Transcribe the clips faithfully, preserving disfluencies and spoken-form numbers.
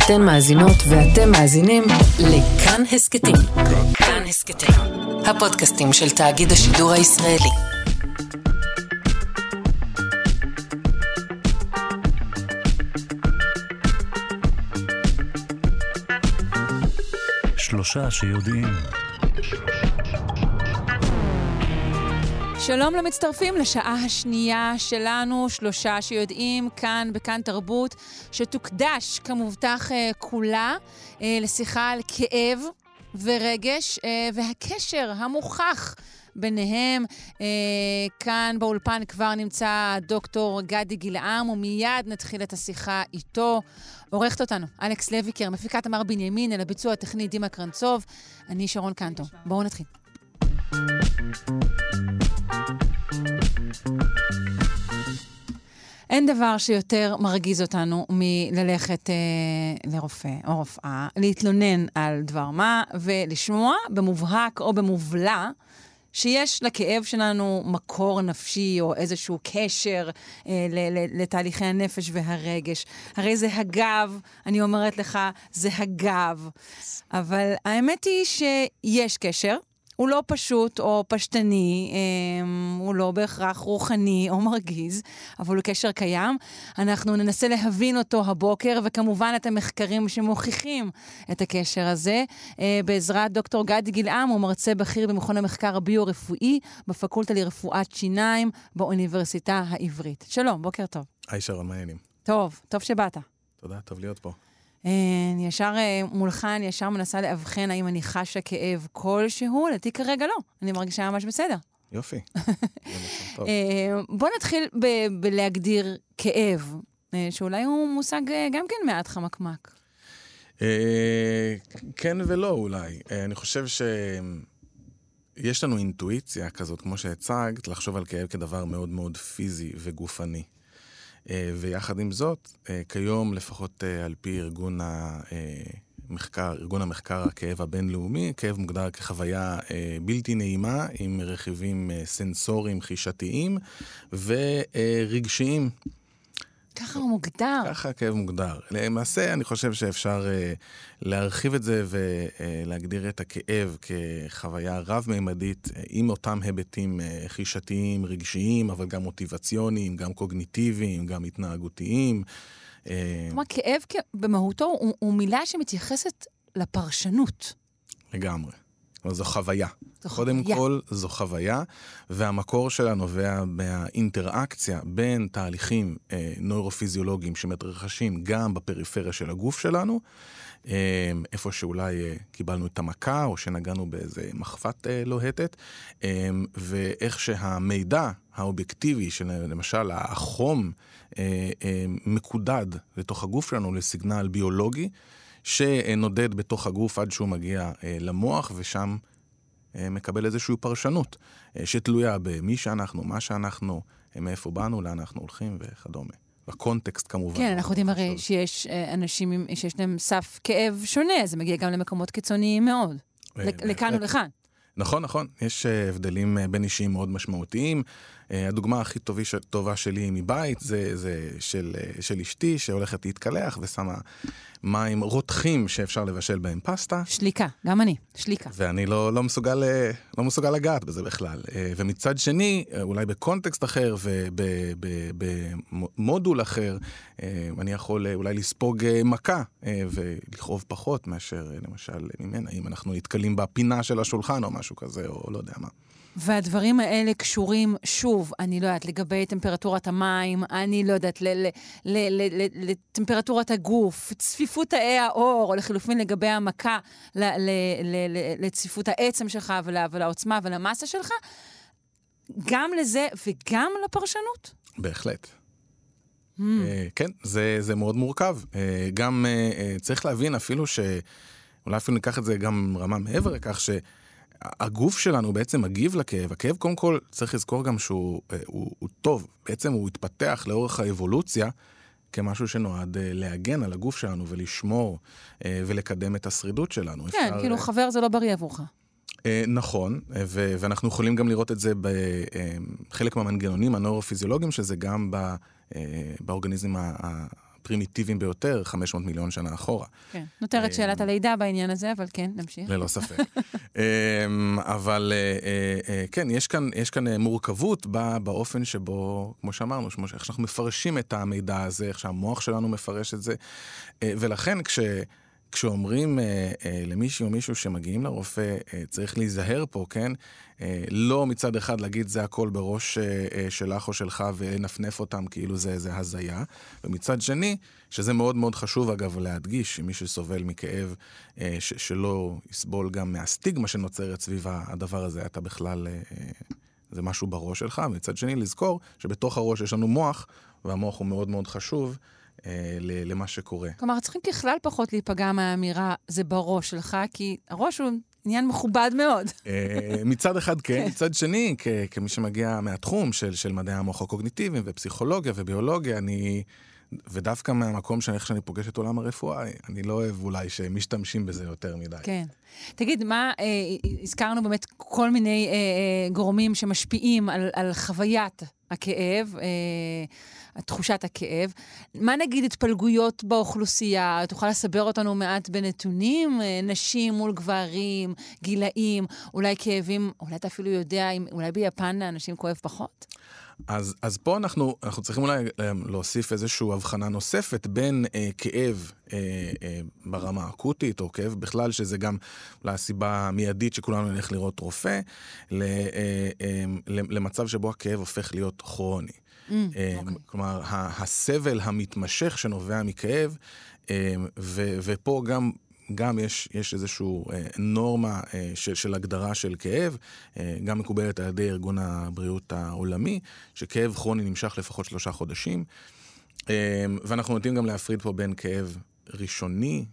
אתן מאזינות ואתם מאזינים לכאן הסקטים. כאן הסקטים, הפודקאסטים של תאגיד השידור הישראלי. שלושה שיודעים. שלום למצטרפים לשעה השנייה שלנו, שלושה שיודעים, כאן בכאן תרבות, שתוקדש כמובטח כולה לשיחה על כאב ורגש והקשר המוכח ביניהם. כאן באולפן כבר נמצא דוקטור גדי גילעם, ומיד נתחיל את השיחה איתו. עורכת אותנו אלכס לויקר, מפיקת אמר בנימין, אל הביצוע הטכני דימה קרנצוב, אני שרון קנטו. בואו נתחיל. אין דבר שיותר מרגיז אותנו מללכת אה, לרופא או רופאה, להתלונן על דבר מה, ולשמוע במובהק או במובלע שיש לכאב שלנו מקור נפשי או איזשהו קשר אה, ל- ל- לתהליכי הנפש והרגש. הרי זה הגב, אני אומרת לך, זה הגב. אבל האמת היא שיש קשר. הוא לא פשוט או פשטני, הוא לא בהכרח רוחני או מרגיז, אבל הוא קשר קיים. אנחנו ננסה להבין אותו הבוקר, וכמובן את המחקרים שמוכיחים את הקשר הזה. בעזרת דוקטור גדי גילעם, הוא מרצה בכיר במכון המחקר הביו-רפואי, בפקולטה לרפואת שיניים באוניברסיטה העברית. שלום, בוקר טוב. היי שרון, מה העניינים? טוב, טוב שבאת. תודה, טוב להיות פה. אני ישר מולך, אני ישר מנסה להבחן האם אני חשה כאב כלשהו, לדעתי כרגע לא. אני מרגישה ממש בסדר. יופי. בוא נתחיל ב- בלהגדיר כאב, שאולי הוא מושג גם כן מעט חמקמק. כן ולא אולי. אני חושב שיש לנו אינטואיציה כזאת, כמו שהצגת, לחשוב על כאב כדבר מאוד מאוד פיזי וגופני. ויחד עם זאת, כיום לפחות על פי ארגון המחקר, ארגון המחקר הכאב הבינלאומי, כאב מוגדר כחוויה בלתי נעימה עם רכיבים סנסוריים חישתיים ורגשיים. ככה הוא מוגדר. ככה כאב מוגדר. למעשה אני חושב שאפשר להרחיב את זה ולהגדיר את הכאב כחוויה רב-ממדית עם אותם היבטים חישתיים, רגשיים, אבל גם מוטיבציוניים, גם קוגניטיביים, גם התנהגותיים. כלומר, כאב במהותו הוא, הוא מילה שמתייחסת לפרשנות. לגמרי. אבל זו חוויה. זו קודם חוויה. כל, זו חוויה, והמקור שלה נובע מהאינטראקציה בין תהליכים אה, נוירופיזיולוגיים שמתרחשים גם בפריפריה של הגוף שלנו, אה, איפה שאולי אה, קיבלנו את המכה, או שנגענו באיזה מחפת אה, לוהטת, אה, ואיך שהמידע האובייקטיבי, של למשל החום, אה, אה, מקודד לתוך הגוף שלנו לסיגנל ביולוגי, שנודד בתוך הגוף עד שהוא מגיע אה, למוח, ושם אה, מקבל איזושהי פרשנות, אה, שתלויה במי שאנחנו, מה שאנחנו, אה, מאיפה באנו, לאן אנחנו הולכים וכדומה. והקונטקסט כמובן. כן, אנחנו יודעים הרי שיש אה, אנשים עם- שיש להם סף כאב שונה, זה מגיע גם למקומות קיצוניים מאוד. אה, לכ- לכאן בהחלט. ולכאן. נכון, נכון. יש אה, הבדלים אה, בין אישיים מאוד משמעותיים. אה, הדוגמה הכי טובי, ש... טובה שלי מבית זה, זה של, אה, של אשתי שהולכת להתקלח ושמה מים רותחים שאפשר לבשל בהם פסטה. שליקה, גם אני, שליקה. ואני לא, לא, מסוגל, אה, לא מסוגל לגעת בזה בכלל. אה, ומצד שני, אה, אולי בקונטקסט אחר ובמודול אחר, אה, אני יכול אה, אולי לספוג אה, מכה אה, ולכאוב פחות מאשר אה, למשל ממנה, אם אנחנו נתקלים בפינה של השולחן או משהו כזה, או לא יודע מה. והדברים האלה קשורים, שוב, אני לא יודעת, לגבי טמפרטורת המים, אני לא יודעת, ל- ל- ל- ל- ל- לטמפרטורת הגוף, צפיפות תאי האור, או לחילופין לגבי המכה, ל- ל- ל- ל- לצפיפות העצם שלך ול- ולעוצמה ולמסה שלך, גם לזה וגם לפרשנות. בהחלט. Mm. אה, כן, זה, זה מאוד מורכב. אה, גם אה, אה, צריך להבין אפילו ש... אולי אפילו ניקח את זה גם רמה מעבר לכך ש... הגוף שלנו בעצם מגיב לכאב. הכאב קודם כל צריך לזכור גם שהוא הוא, הוא טוב. בעצם הוא התפתח לאורך האבולוציה כמשהו שנועד להגן על הגוף שלנו ולשמור ולקדם את השרידות שלנו. כן, אפשר... כאילו חבר זה לא בריא עבורך. נכון, ו- ואנחנו יכולים גם לראות את זה בחלק מהמנגנונים הנוירופיזיולוגיים, שזה גם באורגניזם הפרימיטיביים ביותר, חמש מאות מיליון שנה אחורה. כן, נותרת שאלת הלידה בעניין הזה, אבל כן, נמשיך. ללא ספק. אבל כן, יש כאן, יש כאן מורכבות באופן שבו, כמו שאמרנו, איך שאנחנו מפרשים את המידע הזה, איך שהמוח שלנו מפרש את זה, ולכן כש... כשאומרים אה, אה, למישהו או מישהו שמגיעים לרופא, אה, צריך להיזהר פה, כן? אה, לא מצד אחד להגיד זה הכל בראש אה, אה, שלך או שלך ונפנף אותם כאילו זה, זה הזיה. ומצד שני, שזה מאוד מאוד חשוב אגב להדגיש, שמי שסובל מכאב אה, ש- שלא יסבול גם מהסטיגמה שנוצרת סביב הדבר הזה, אתה בכלל, אה, זה משהו בראש שלך. מצד שני, לזכור שבתוך הראש יש לנו מוח, והמוח הוא מאוד מאוד חשוב, למה שקורה. כלומר, צריכים ככלל פחות להיפגע מהאמירה, זה בראש שלך, כי הראש הוא עניין מכובד מאוד. מצד אחד כן, מצד שני, כמי שמגיע מהתחום של מדעי המוח הקוגניטיביים ופסיכולוגיה וביולוגיה, אני, ודווקא מהמקום שאני, איך שאני פוגש את עולם הרפואה, אני לא אוהב אולי שמשתמשים בזה יותר מדי. כן. תגיד, מה, אה, הזכרנו באמת כל מיני אה, אה, גורמים שמשפיעים על, על חוויית הכאב, אה, תחושת הכאב. מה נגיד התפלגויות באוכלוסייה? תוכל לסבר אותנו מעט בנתונים? אה, נשים מול גברים, גילאים, אולי כאבים, אולי אתה אפילו יודע, אם, אולי ביפן לאנשים כואב פחות? אז, אז פה אנחנו, אנחנו צריכים אולי להוסיף איזושהי הבחנה נוספת בין אה, כאב אה, אה, ברמה אקוטית, או כאב בכלל, שזה גם לסיבה מיידית שכולנו נלך לראות רופא, ל, אה, אה, למצב שבו הכאב הופך להיות כרוני. Mm, אה, okay. כלומר, הסבל המתמשך שנובע מכאב, אה, ו, ופה גם... גם יש, יש איזושהי אה, נורמה אה, של, של הגדרה של כאב, אה, גם מקובלת על ידי ארגון הבריאות העולמי, שכאב כרוני נמשך לפחות שלושה חודשים, אה, ואנחנו נוטים גם להפריד פה בין כאב ראשוני,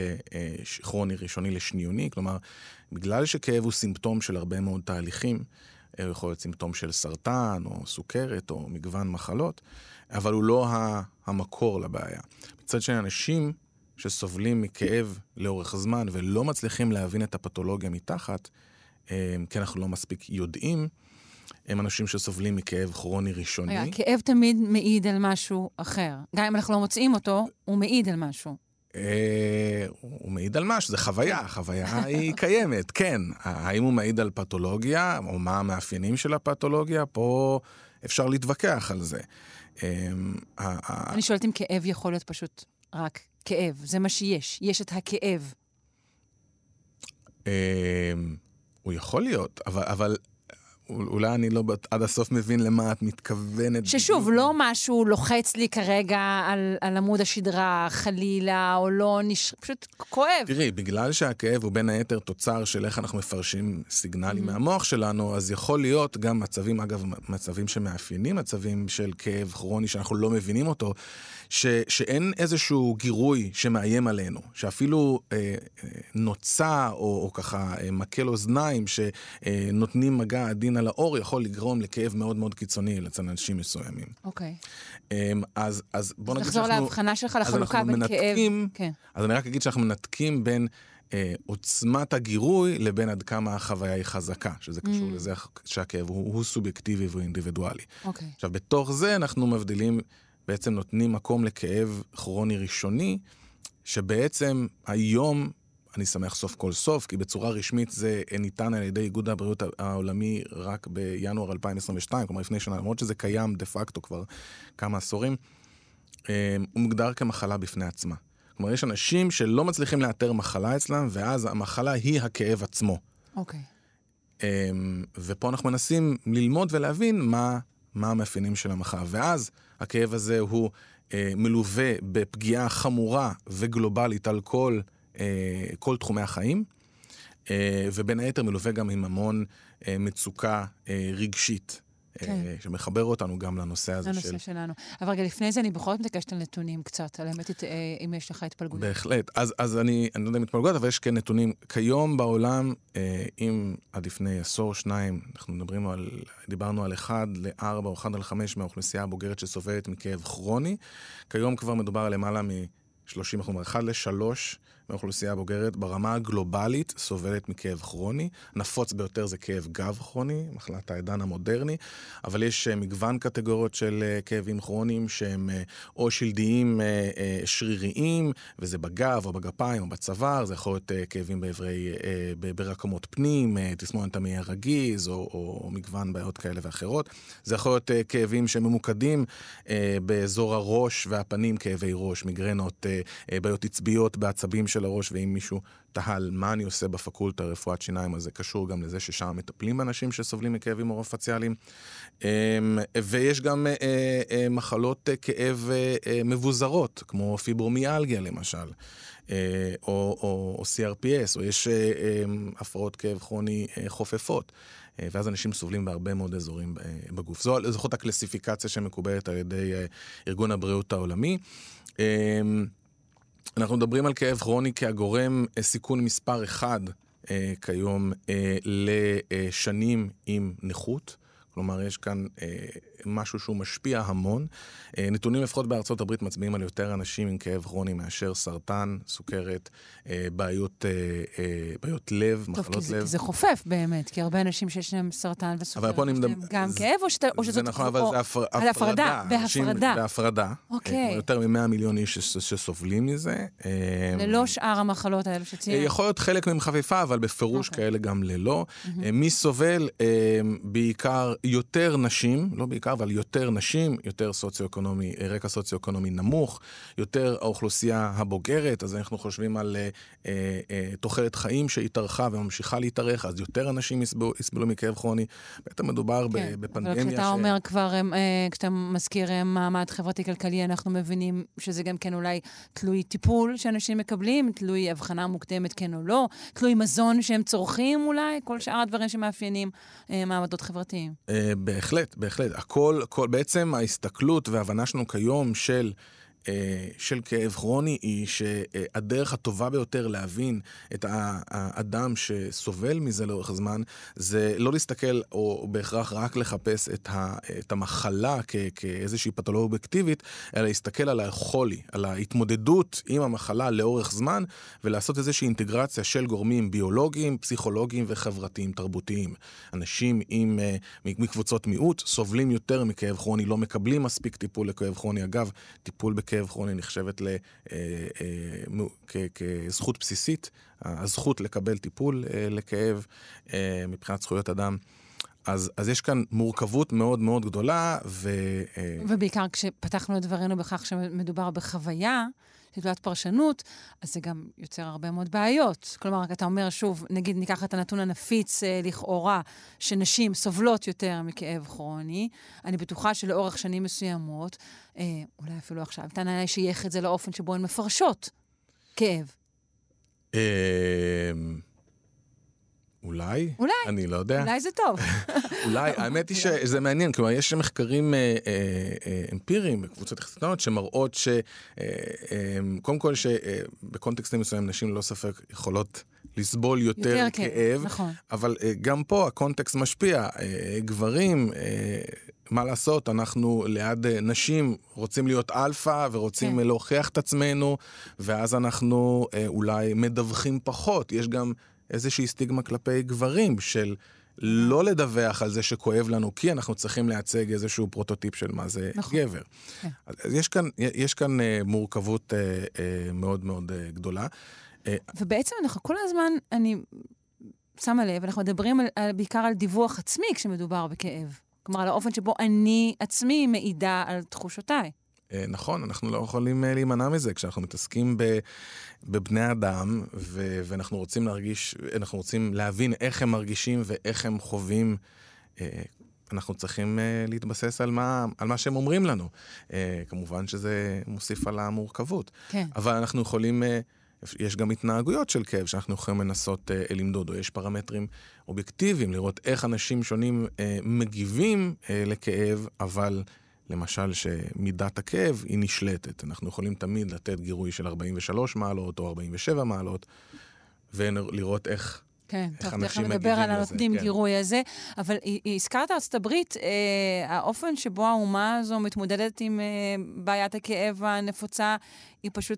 לכרוני ראשוני לשניוני, כלומר, בגלל שכאב הוא סימפטום של הרבה מאוד תהליכים, אה, הוא יכול להיות סימפטום של סרטן, או סוכרת, או מגוון מחלות, אבל הוא לא המקור לבעיה. מצד שני, אנשים שסובלים מכאב לאורך זמן ולא מצליחים להבין את הפתולוגיה מתחת, כי אנחנו לא מספיק יודעים, הם אנשים שסובלים מכאב כרוני ראשוני. רגע, כאב תמיד מעיד על משהו אחר. גם אם אנחנו לא מוצאים אותו, הוא מעיד על משהו. הוא מעיד על משהו, זה חוויה, החוויה היא קיימת, כן. האם הוא מעיד על פתולוגיה, או מה המאפיינים של הפתולוגיה, פה אפשר להתווכח על זה. אני שואלת אם כאב יכול להיות פשוט רק כאב, זה מה שיש. יש את הכאב. הוא יכול להיות, אבל, אבל אולי אני לא עד הסוף מבין למה את מתכוונת. ששוב, לא משהו לוחץ לי כרגע על, על עמוד השדרה, חלילה, או לא נש... פשוט כואב. תראי, בגלל שהכאב הוא בין היתר תוצר של איך אנחנו מפרשים סיגנלים mm-hmm. מהמוח שלנו, אז יכול להיות גם מצבים, אגב, מצבים שמאפיינים, מצבים של כאב כרוני שאנחנו לא מבינים אותו, ש, שאין איזשהו גירוי שמאיים עלינו, שאפילו אה, אה, נוצה או, או ככה אה, מקל אוזניים שנותנים מגע עדין על האור, יכול לגרום לכאב מאוד מאוד קיצוני אצל אנשים מסוימים. אוקיי. אה, אז, אז בוא נגיד שאנחנו... לחזור להבחנה שלך לחלוקה בין מנתקים, כאב. כן. אז אני רק אגיד שאנחנו מנתקים בין אה, עוצמת הגירוי לבין עד כמה החוויה היא חזקה, שזה קשור mm. לזה שהכאב הוא, הוא סובייקטיבי והוא אינדיבידואלי. אוקיי. עכשיו, בתוך זה אנחנו מבדילים בעצם נותנים מקום לכאב כרוני ראשוני, שבעצם היום, אני שמח סוף כל סוף, כי בצורה רשמית זה ניתן על ידי איגוד הבריאות העולמי רק בינואר אלפיים עשרים ושתיים, כלומר לפני שנה, למרות שזה קיים דה פקטו כבר כמה עשורים, הוא מוגדר כמחלה בפני עצמה. כלומר, יש אנשים שלא מצליחים לאתר מחלה אצלם, ואז המחלה היא הכאב עצמו. אוקיי. ופה אנחנו מנסים ללמוד ולהבין מה... מה המאפיינים של המחלה. ואז הכאב הזה הוא אה, מלווה בפגיעה חמורה וגלובלית על כל, אה, כל תחומי החיים, אה, ובין היתר מלווה גם עם המון אה, מצוקה אה, רגשית, כן. אה, שמחבר אותנו גם לנושא הזה לנושא של... לנושא שלנו. אבל רגע, לפני זה אני בכל זאת מתקשת על נתונים קצת, על האמת, אה, אם יש לך התפלגות. בהחלט. אז, אז אני, אני לא יודע אם התפלגות, אבל יש כן נתונים. כיום בעולם, אה, אם עד לפני עשור, שניים, אנחנו מדברים על, דיברנו על אחד לארבע או אחד על חמש מהאוכלוסייה הבוגרת שסובלת מכאב כרוני. כיום כבר מדובר על למעלה שלושים אחוז, אחד לשלוש מהאוכלוסייה הבוגרת ברמה הגלובלית סובלת מכאב כרוני. נפוץ ביותר זה כאב גב כרוני, מחלת העידן המודרני, אבל יש מגוון קטגוריות של כאבים כרוניים שהם או שלדיים שריריים, וזה בגב או בגפיים או בצוואר, זה יכול להיות כאבים בעברי, ברקמות פנים, תסמונת המעי הרגיז או, או מגוון בעיות כאלה ואחרות. זה יכול להיות כאבים שממוקדים באזור הראש והפנים, כאבי ראש, מיגרנות, בעיות עצביות בעצבים של הראש, ואם מישהו תהל מה אני עושה בפקולטה רפואת שיניים, אז זה קשור גם לזה ששם מטפלים באנשים שסובלים מכאבים אורופיציאליים. ויש גם מחלות כאב מבוזרות, כמו פיברומיאלגיה למשל, או, או, או סי אר פי אס, או יש הפרעות כאב כרוני חופפות. ואז אנשים סובלים בהרבה מאוד אזורים בגוף. זו זאת הקלסיפיקציה שמקובלת על ידי ארגון הבריאות העולמי. אנחנו מדברים על כאב כרוני כהגורם סיכון מספר אחד אה, כיום אה, לשנים עם נכות. כלומר, יש כאן אה, משהו שהוא משפיע המון. אה, נתונים לפחות בארצות הברית מצביעים על יותר אנשים עם כאב כרוני מאשר סרטן, סוכרת, אה, בעיות, אה, אה, בעיות לב, טוב, מחלות כי לב. כי זה חופף באמת, כי הרבה אנשים שיש להם סרטן וסוכרת, אבל פה יש להם גם זה, כאב, או, שת, או זה שזאת... נכון, אבל או, זה הפר, על הפרדה, בהפרדה. בהפרדה. אוקיי. יותר מ-מאה מיליון איש שסובלים מזה. ללא שאר המחלות האלה שציינת. יכול להיות חלק מהם חפיפה, אבל בפירוש okay. כאלה גם ללא. Mm-hmm. מי סובל? בעיקר יותר נשים, לא בעיקר, אבל יותר נשים, יותר סוציו-אקונומי, רקע סוציו-אקונומי נמוך, יותר האוכלוסייה הבוגרת, אז אנחנו חושבים על אה, אה, תוחלת חיים שהתארכה וממשיכה להתארך, אז יותר אנשים יסבלו, יסבלו מכאב כרוני. בעצם מדובר כן, בפנדמיה אבל כשאתה ש... אומר כבר, אה, כשאתה מזכיר מעמד חברתי-כלכלי, אנחנו מבינים שזה גם כן אולי תלוי טיפול שאנשים מקבלים, תלוי הבחנה מוקדמת כן או לא, תלוי מזון שהם צורכים אולי, כל שאר הדברים שמאפיינים אה, מעמדות חברתיים. אה, בהחלט, בהחלט. הכל, כל, בעצם ההסתכלות וההבנה שלנו כיום של של כאב כרוני היא שהדרך הטובה ביותר להבין את האדם שסובל מזה לאורך הזמן, זה לא להסתכל או בהכרח רק לחפש את המחלה כאיזושהי פתולוגיה אובייקטיבית, אלא להסתכל על החולי, על ההתמודדות עם המחלה לאורך זמן, ולעשות איזושהי אינטגרציה של גורמים ביולוגיים, פסיכולוגיים וחברתיים, תרבותיים. אנשים עם, מקבוצות מיעוט סובלים יותר מכאב כרוני, לא מקבלים מספיק טיפול לכאב כרוני. אגב, טיפול בכאב כאב כרוני נחשבת כזכות בסיסית, הזכות לקבל טיפול לכאב מבחינת זכויות אדם. אז, אז יש כאן מורכבות מאוד מאוד גדולה. ו... ובעיקר כשפתחנו את דברינו בכך שמדובר בחוויה, תלוית פרשנות, אז זה גם יוצר הרבה מאוד בעיות. כלומר, אתה אומר שוב, נגיד ניקח את הנתון הנפיץ אה, לכאורה, שנשים סובלות יותר מכאב כרוני, אני בטוחה שלאורך שנים מסוימות, אה, אולי אפילו עכשיו, תענה שייך את זה לאופן שבו הן מפרשות כאב. אה... אולי? אולי. אני לא יודע. אולי זה טוב. אולי, האמת היא שזה מעניין, כלומר, יש מחקרים אה, אה, אמפיריים בקבוצות יחסית שמראות ש... אה, אה, קודם כל שבקונטקסטים מסוים נשים ללא ספק יכולות לסבול יותר, יותר כאב, נכון. אבל אה, גם פה הקונטקסט משפיע. אה, גברים, אה, מה לעשות, אנחנו ליד אה, נשים רוצים להיות אלפא ורוצים כן. להוכיח את עצמנו, ואז אנחנו אה, אולי מדווחים פחות. יש גם... איזושהי סטיגמה כלפי גברים של לא לדווח על זה שכואב לנו, כי אנחנו צריכים להציג איזשהו פרוטוטיפ של מה זה נכון. גבר. כן. אז יש כאן, יש כאן מורכבות מאוד מאוד גדולה. ובעצם אנחנו כל הזמן, אני שמה לב, אנחנו מדברים על, על, בעיקר על דיווח עצמי כשמדובר בכאב. כלומר, על האופן שבו אני עצמי מעידה על תחושותיי. נכון, אנחנו לא יכולים להימנע מזה, כשאנחנו מתעסקים בבני אדם, ואנחנו רוצים להרגיש, אנחנו רוצים להבין איך הם מרגישים ואיך הם חווים, אנחנו צריכים להתבסס על מה, על מה שהם אומרים לנו. כמובן שזה מוסיף על המורכבות. כן. אבל אנחנו יכולים, יש גם התנהגויות של כאב שאנחנו יכולים לנסות למדוד, או יש פרמטרים אובייקטיביים, לראות איך אנשים שונים מגיבים לכאב, אבל... למשל שמידת הכאב היא נשלטת. אנחנו יכולים תמיד לתת גירוי של ארבעים ושלוש מעלות או ארבעים ושבע מעלות, ולראות איך, כן, איך טוב, אנשים מגיבים לזה. כן, תכף נדבר על הנותנים כן. גירוי הזה, אבל הזכרת ארצות הברית, אה, האופן שבו האומה הזו מתמודדת עם אה, בעיית הכאב הנפוצה, היא פשוט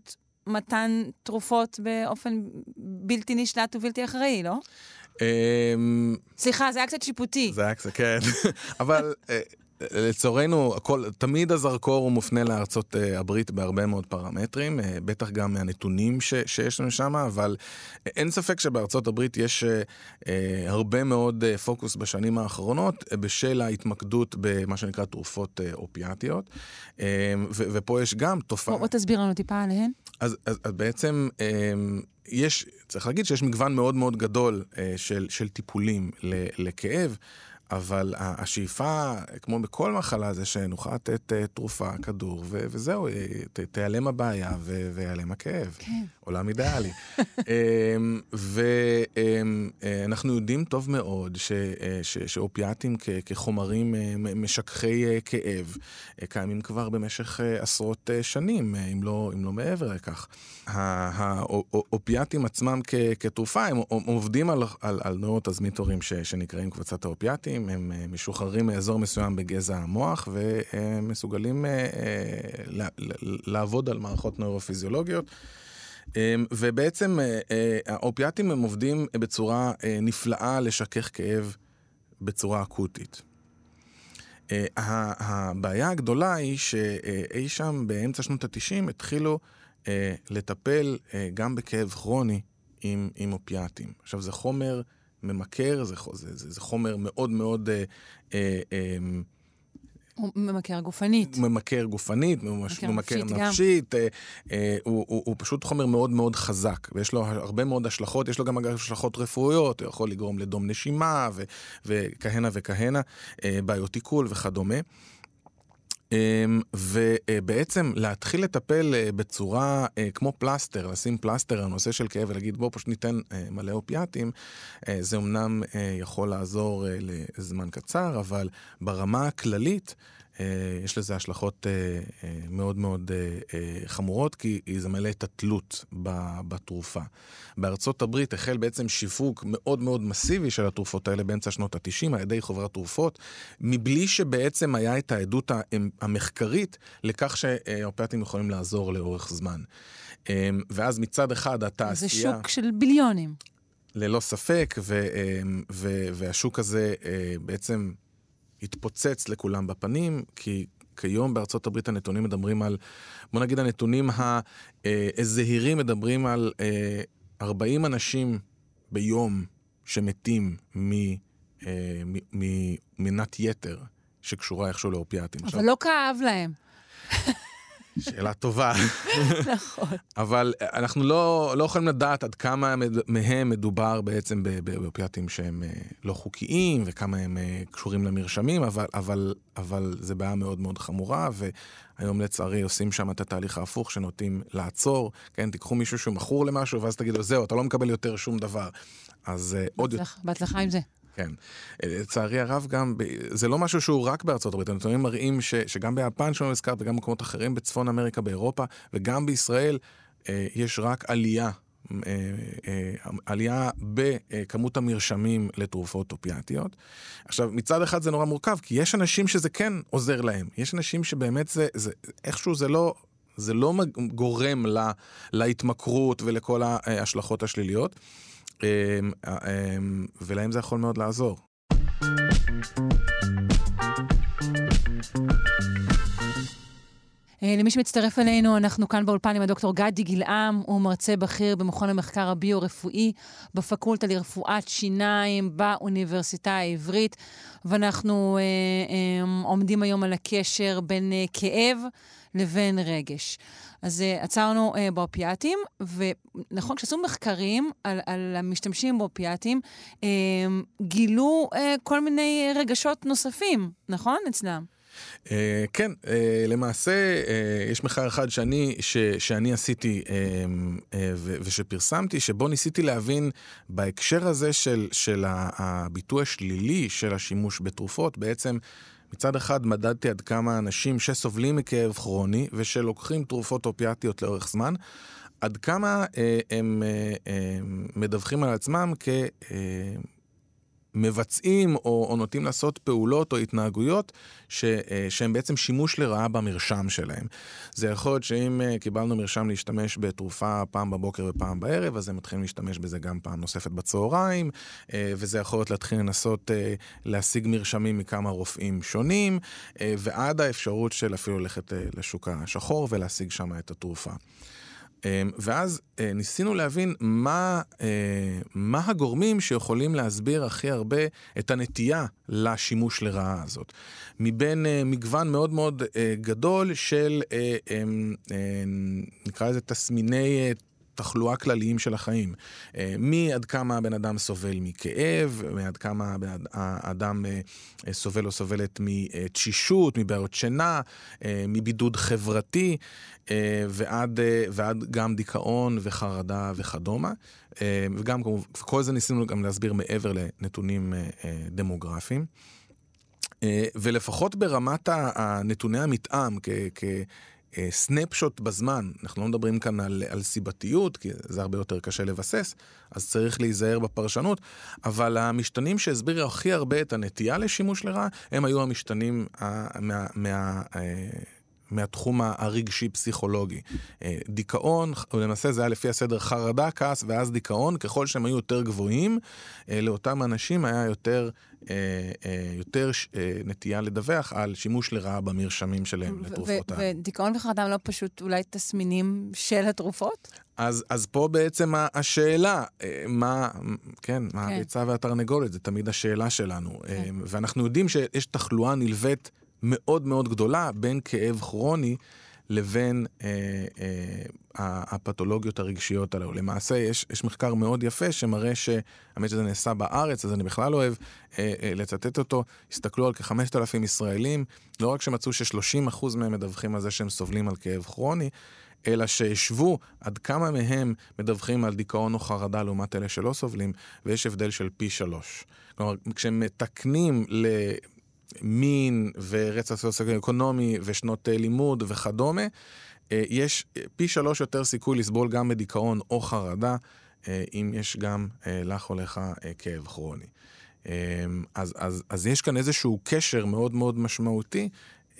מתן תרופות באופן בלתי נשלט ובלתי אחראי, לא? סליחה, זה היה קצת שיפוטי. זה היה קצת, כן. אבל לצורנו, הכל, תמיד הזרקור הוא מופנה לארצות הברית בהרבה מאוד פרמטרים, בטח גם מהנתונים ש, שיש לנו שם, אבל אין ספק שבארצות הברית יש הרבה מאוד פוקוס בשנים האחרונות, בשל ההתמקדות במה שנקרא תרופות אופיאטיות, ו, ופה יש גם תופעה... בוא תסביר לנו טיפה עליהן. אז, אז, אז בעצם... יש, צריך להגיד שיש מגוון מאוד מאוד גדול של, של טיפולים לכאב, אבל השאיפה, כמו בכל מחלה, זה שנוכל לתת תרופה, כדור, ו- וזהו, ת- תיעלם הבעיה ו- ויעלם הכאב. כן. עולם אידיאלי. ואנחנו יודעים טוב מאוד ש- ש- שאופיאטים כ- כחומרים משככי כאב, קיימים כבר במשך עשרות שנים, אם לא, אם לא מעבר לכך. האופיאטים עצמם כ- כתרופה, הם עובדים על, על, על נוירוטרנסמיטרים ש- שנקראים קבוצת האופיאטים, הם משוחררים מאזור מסוים בגזע המוח, ומסוגלים לעבוד על מערכות נוירופיזיולוגיות. ובעצם האופיאטים הם עובדים בצורה נפלאה לשכך כאב בצורה אקוטית. הבעיה הגדולה היא שאי שם באמצע שנות ה-תשעים התחילו לטפל גם בכאב כרוני עם, עם אופיאטים. עכשיו זה חומר ממכר, זה, זה, זה, זה חומר מאוד מאוד... אה, אה, הוא ממכר גופנית. ממכר גופנית, ממכר ממכר נפשית. אה, אה, הוא, הוא, הוא פשוט חומר מאוד מאוד חזק, ויש לו הרבה מאוד השלכות, יש לו גם השלכות רפואיות, הוא יכול לגרום לדום נשימה, ו, וכהנה וכהנה, אה, בעיות עיכול וכדומה. ובעצם להתחיל לטפל בצורה כמו פלסטר, לשים פלסטר על נושא של כאב ולהגיד בוא פשוט ניתן מלא אופיאטים, זה אמנם יכול לעזור לזמן קצר, אבל ברמה הכללית יש לזה השלכות מאוד מאוד חמורות, כי זה מלא את התלות בתרופה. בארצות הברית החל בעצם שיווק מאוד מאוד מסיבי של התרופות האלה באמצע שנות ה-תשעים על ידי חברת תרופות, מבלי שבעצם היה את העדות המחקרית לכך שהאופיאטים יכולים לעזור לאורך זמן. ואז מצד אחד התעשייה... זה שוק של ביליונים. ללא ספק, ו, ו, והשוק הזה בעצם... התפוצץ לכולם בפנים, כי כיום בארצות הברית הנתונים מדברים על, בוא נגיד הנתונים הזהירים מדברים על ארבעים אנשים ביום שמתים ממנת יתר שקשורה איכשהו לאופיאטים. אבל לא כאב להם. שאלה טובה. נכון. אבל אנחנו לא, לא יכולים לדעת עד כמה מהם מדובר בעצם באופיאטים שהם לא חוקיים, וכמה הם קשורים למרשמים, אבל, אבל, אבל זה בעיה מאוד מאוד חמורה, והיום לצערי עושים שם את התהליך ההפוך שנוטים לעצור, כן, תיקחו מישהו שהוא מכור למשהו, ואז תגידו, זהו, אתה לא מקבל יותר שום דבר. אז עוד יותר... בהצלחה עם זה. כן. לצערי הרב גם, זה לא משהו שהוא רק בארצות הברית, הנתונים מראים ש, שגם ביפן שלנו הזכרת, וגם במקומות אחרים בצפון אמריקה, באירופה, וגם בישראל, יש רק עלייה, עלייה בכמות המרשמים לתרופות אופיאטיות. עכשיו, מצד אחד זה נורא מורכב, כי יש אנשים שזה כן עוזר להם. יש אנשים שבאמת זה, זה איכשהו זה לא... זה לא גורם לה, להתמכרות ולכל ההשלכות השליליות. ולהם זה יכול מאוד לעזור. למי שמצטרף אלינו, אנחנו כאן באולפן עם הדוקטור גדי גילעם, הוא מרצה בכיר במכון המחקר הביו-רפואי בפקולטה לרפואת שיניים באוניברסיטה העברית, ואנחנו אה, אה, עומדים היום על הקשר בין אה, כאב לבין רגש. אז uh, עצרנו uh, באופיאטים, ונכון, כשעשו מחקרים על, על המשתמשים באופיאטים, uh, גילו uh, כל מיני רגשות נוספים, נכון? אצלם. Uh, כן, uh, למעשה uh, יש מחקר אחד שאני, ש, שאני עשיתי uh, uh, ו, ושפרסמתי, שבו ניסיתי להבין בהקשר הזה של, של הביטוי השלילי של השימוש בתרופות, בעצם מצד אחד מדדתי עד כמה אנשים שסובלים מכאב כרוני ושלוקחים תרופות אופיאטיות לאורך זמן, עד כמה אה, הם אה, אה, מדווחים על עצמם מבצעים או, או נוטים לעשות פעולות או התנהגויות ש, שהם בעצם שימוש לרעה במרשם שלהם. זה יכול להיות שאם קיבלנו מרשם להשתמש בתרופה פעם בבוקר ופעם בערב, אז הם מתחילים להשתמש בזה גם פעם נוספת בצהריים, וזה יכול להיות להתחיל לנסות להשיג מרשמים מכמה רופאים שונים, ועד האפשרות של אפילו ללכת לשוק השחור ולהשיג שם את התרופה. ואז ניסינו להבין מה, מה הגורמים שיכולים להסביר הכי הרבה את הנטייה לשימוש לרעה הזאת. מבין מגוון מאוד מאוד גדול של, נקרא לזה תסמיני תחלואה כלליים של החיים. מי עד כמה הבן אדם סובל מכאב, מעד כמה האדם סובל או סובלת מתשישות, מבעיות שינה, מבידוד חברתי, ועד, ועד גם דיכאון וחרדה וכדומה. וגם כל זה ניסינו גם להסביר מעבר לנתונים דמוגרפיים. ולפחות ברמת הנתוני המתאם, כ... כ סנפשוט בזמן, אנחנו לא מדברים כאן על, על סיבתיות, כי זה הרבה יותר קשה לבסס, אז צריך להיזהר בפרשנות, אבל המשתנים שהסבירו הכי הרבה את הנטייה לשימוש לרעה, הם היו המשתנים מה, מה, מה, מהתחום הרגשי-פסיכולוגי. דיכאון, למעשה זה היה לפי הסדר חרדה, כעס ואז דיכאון, ככל שהם היו יותר גבוהים, לאותם אנשים היה יותר, יותר נטייה לדווח על שימוש לרעה במרשמים שלהם לתרופות. ודיכאון וחרדה הם לא פשוט אולי תסמינים של התרופות? אז, אז פה בעצם השאלה, מה, כן, מה הביצה והתרנגולת, זה תמיד השאלה שלנו. ואנחנו יודעים שיש תחלואה נלווית מאוד מאוד גדולה בין כאב כרוני לבין אה, אה, הפתולוגיות הרגשיות הללו. למעשה יש, יש מחקר מאוד יפה שמראה שהאמת שזה נעשה בארץ, אז אני בכלל אוהב אה, אה, לצטט אותו. הסתכלו על כ-חמשת אלפים ישראלים, לא רק שמצאו ש-שלושים אחוז מהם מדווחים על זה שהם סובלים על כאב כרוני, אלא שישבו עד כמה מהם מדווחים על דיכאון או חרדה לעומת אלה שלא סובלים, ויש הבדל של פי שלוש. כלומר, כשהם מתקנים ל... מין ורצף סוציו-אקונומי ושנות לימוד וכדומה, יש פי שלוש יותר סיכוי לסבול גם בדיכאון או חרדה, אם יש גם לך או לך כאב כרוני. אז, אז, אז יש כאן איזשהו קשר מאוד מאוד משמעותי,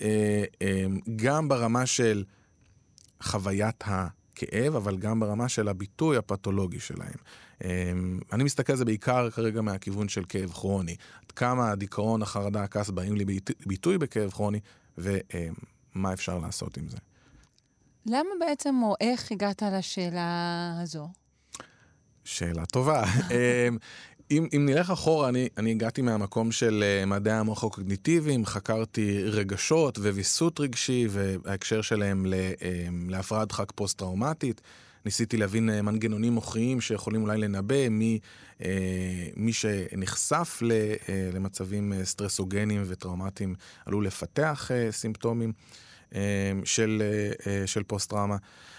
גם ברמה של חוויית הכאב, אבל גם ברמה של הביטוי הפתולוגי שלהם. אני מסתכל על זה בעיקר כרגע מהכיוון של כאב כרוני. עד כמה הדיכאון, החרדה, הכעס באים לי ביטוי בכאב כרוני, ומה אפשר לעשות עם זה. למה בעצם או איך הגעת לשאלה הזו? שאלה טובה. אם, אם נלך אחורה, אני, אני הגעתי מהמקום של מדעי המוח הקוגניטיביים, חקרתי רגשות וויסות רגשי, וההקשר שלהם להפרעת דחק פוסט-טראומטית. ניסיתי להבין מנגנונים מוחיים שיכולים אולי לנבא מי, מי שנחשף למצבים סטרסוגנים וטראומטיים עלול לפתח סימפטומים של, של פוסט-טראומה.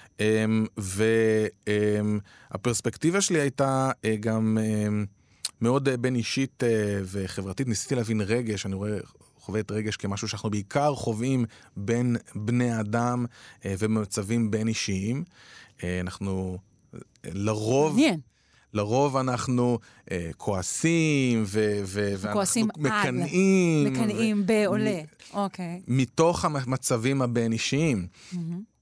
והפרספקטיבה שלי הייתה גם מאוד בין אישית וחברתית. ניסיתי להבין רגש, אני רואה חווה את רגש כמשהו שאנחנו בעיקר חווים בין בני אדם ובמצבים בין אישיים. אנחנו לרוב, מעניין. לרוב אנחנו אה, כועסים ו- ו- כועסים ואנחנו מקנאים. על, מקנאים בעולה, אוקיי. מתוך המצבים הבין אישיים. Mm-hmm.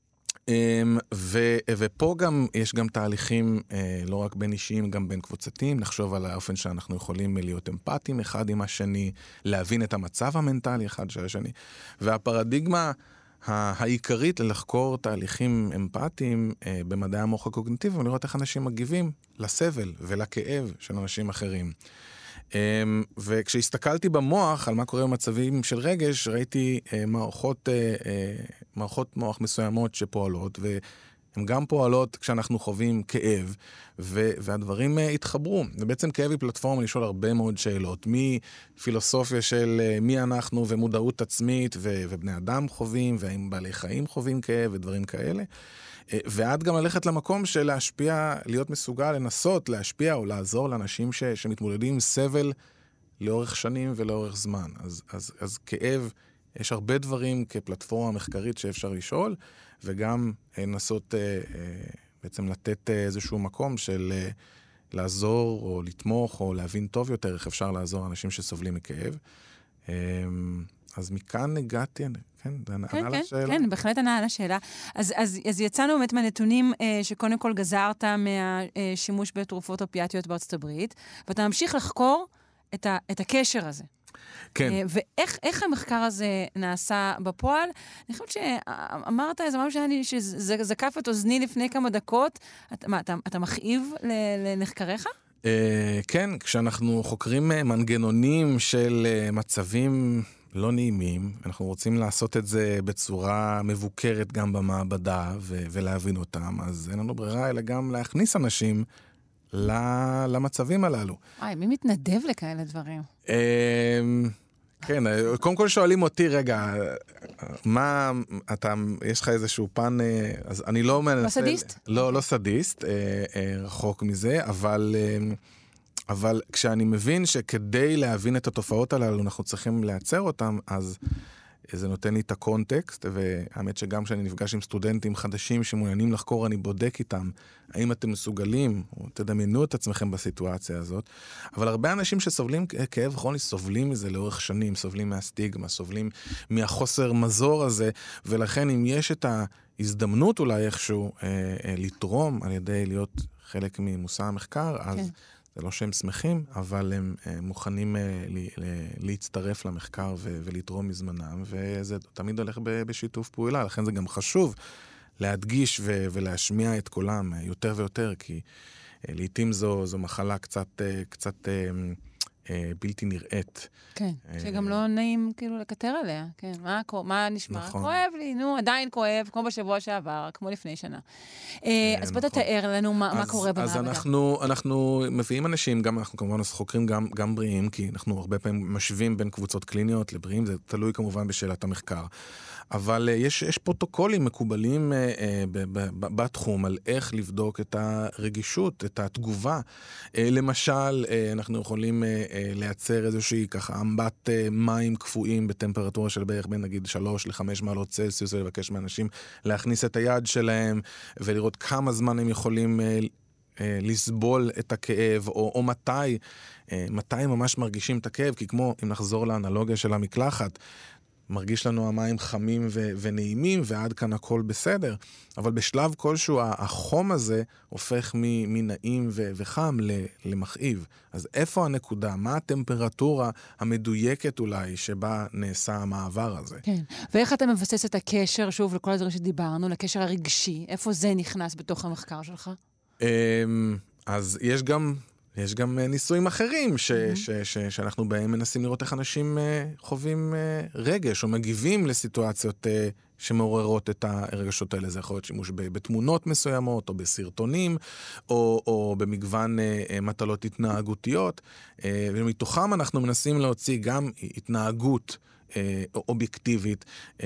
ו- ופה גם יש גם תהליכים אה, לא רק בין אישיים, גם בין קבוצתיים. נחשוב על האופן שאנחנו יכולים להיות אמפתיים אחד עם השני, להבין את המצב המנטלי אחד של השני. והפרדיגמה העיקרית ללחקור תהליכים אמפתיים אה, במדעי המוח הקוגניטיבי, ולראות איך אנשים מגיבים לסבל ולכאב של אנשים אחרים. אה, וכשהסתכלתי במוח על מה קורה במצבים של רגש, ראיתי אה, מערכות, אה, אה, מערכות מוח מסוימות שפועלות, והן גם פועלות כשאנחנו חווים כאב, ו- והדברים uh, התחברו. ובעצם כאב היא פלטפורמה לשאול הרבה מאוד שאלות, מפילוסופיה של uh, מי אנחנו ומודעות עצמית, ו- ובני אדם חווים, והאם בעלי חיים חווים כאב ודברים כאלה. Uh, ועד גם ללכת למקום של להשפיע, להיות מסוגל, לנסות להשפיע או לעזור לאנשים ש- שמתמודדים עם סבל לאורך שנים ולאורך זמן. אז, אז, אז כאב, יש הרבה דברים כפלטפורמה מחקרית שאפשר לשאול, וגם uh, לנסות... Uh, uh, בעצם לתת איזשהו מקום של לעזור או לתמוך או להבין טוב יותר איך אפשר לעזור אנשים שסובלים מכאב. אז מכאן הגעתי, כן, זה ענה כן, לשאלה. כן, כן, בהחלט ענה לשאלה. אז, אז, אז יצאנו באמת מהנתונים אה, שקודם כל גזרת מהשימוש בתרופות אופיאטיות בארצות הברית, ואתה ממשיך לחקור את, ה, את הקשר הזה. כן. אה, ואיך איך המחקר הזה נעשה בפועל? אני חושבת שאמרת איזה משהו שאני, שזה זקף את אוזני לפני כמה דקות. אתה, מה, אתה, אתה מכאיב לנחקריך? Uh, כן, כשאנחנו חוקרים מנגנונים של uh, מצבים לא נעימים, אנחנו רוצים לעשות את זה בצורה מבוקרת גם במעבדה ו- ולהבין אותם, אז אין לנו ברירה אלא גם להכניס אנשים למצבים הללו. וואי, מי מתנדב לכאלה דברים? Uh, כן, קודם כל שואלים אותי, רגע, מה, אתה, יש לך איזשהו פן, אז אני לא מנסה... לא סדיסט? לא, לא סדיסט, רחוק מזה, אבל, אבל כשאני מבין שכדי להבין את התופעות הללו, אנחנו צריכים לייצר אותם, אז זה נותן לי את הקונטקסט, והאמת שגם כשאני נפגש עם סטודנטים חדשים שמעוניינים לחקור, אני בודק איתם, האם אתם מסוגלים, או תדמיינו את עצמכם בסיטואציה הזאת, אבל הרבה אנשים שסובלים כאב כרוני, סובלים מזה לאורך שנים, סובלים מהסטיגמה, סובלים מהחוסר מזור הזה, ולכן אם יש את ההזדמנות אולי איכשהו אה, אה, לתרום על ידי להיות חלק ממושא המחקר, אז... כן. זה לא שהם שמחים, אבל הם מוכנים להצטרף למחקר ולתרום מזמנם, וזה תמיד הולך בשיתוף פעולה, לכן זה גם חשוב להדגיש ולהשמיע את קולם יותר ויותר, כי לעתים זו, זו מחלה קצת, קצת בלתי נראית. כן, שגם לא נעים כאילו לקטר עליה, כן, מה, מה נשמע? נכון. כואב לי, נו, עדיין כואב, כמו בשבוע שעבר, כמו לפני שנה. אז בוא תתאר לנו מה, מה קורה במעבדה. אז אנחנו, אנחנו מביאים אנשים, גם אנחנו כמובן חוקרים גם, גם בריאים, כי אנחנו הרבה פעמים משווים בין קבוצות קליניות לבריאים, זה תלוי כמובן בשאלת המחקר. אבל יש, יש פרוטוקולים מקובלים אה, ב, ב, ב, בתחום על איך לבדוק את הרגישות, את התגובה. אה, למשל, אה, אנחנו יכולים אה, אה, לייצר איזושהי ככה אמבט אה, מים קפואים בטמפרטורה של בערך בין נגיד שלוש לחמש מעלות צלסיוס, ולבקש מאנשים להכניס את היד שלהם ולראות כמה זמן הם יכולים אה, אה, לסבול את הכאב, או, או מתי, אה, מתי הם ממש מרגישים את הכאב, כי כמו אם נחזור לאנלוגיה של המקלחת, מרגיש לנו המים חמים ו- ונעימים, ועד כאן הכל בסדר. אבל בשלב כלשהו, החום הזה הופך מנעים ו- וחם ל- למכאיב. אז איפה הנקודה? מה הטמפרטורה המדויקת אולי שבה נעשה המעבר הזה? כן. ואיך אתה מבסס את הקשר, שוב, לכל הדברים שדיברנו, לקשר הרגשי? איפה זה נכנס בתוך המחקר שלך? אז יש גם... יש גם ניסויים אחרים ש- mm-hmm. ש- ש- שאנחנו בהם מנסים לראות איך אנשים uh, חווים uh, רגש או מגיבים לסיטואציות uh, שמעוררות את הרגשות האלה. זה יכול להיות שימוש בתמונות מסוימות או בסרטונים או, או במגוון uh, מטלות התנהגותיות, uh, ומתוכם אנחנו מנסים להוציא גם התנהגות uh, אובייקטיבית, uh,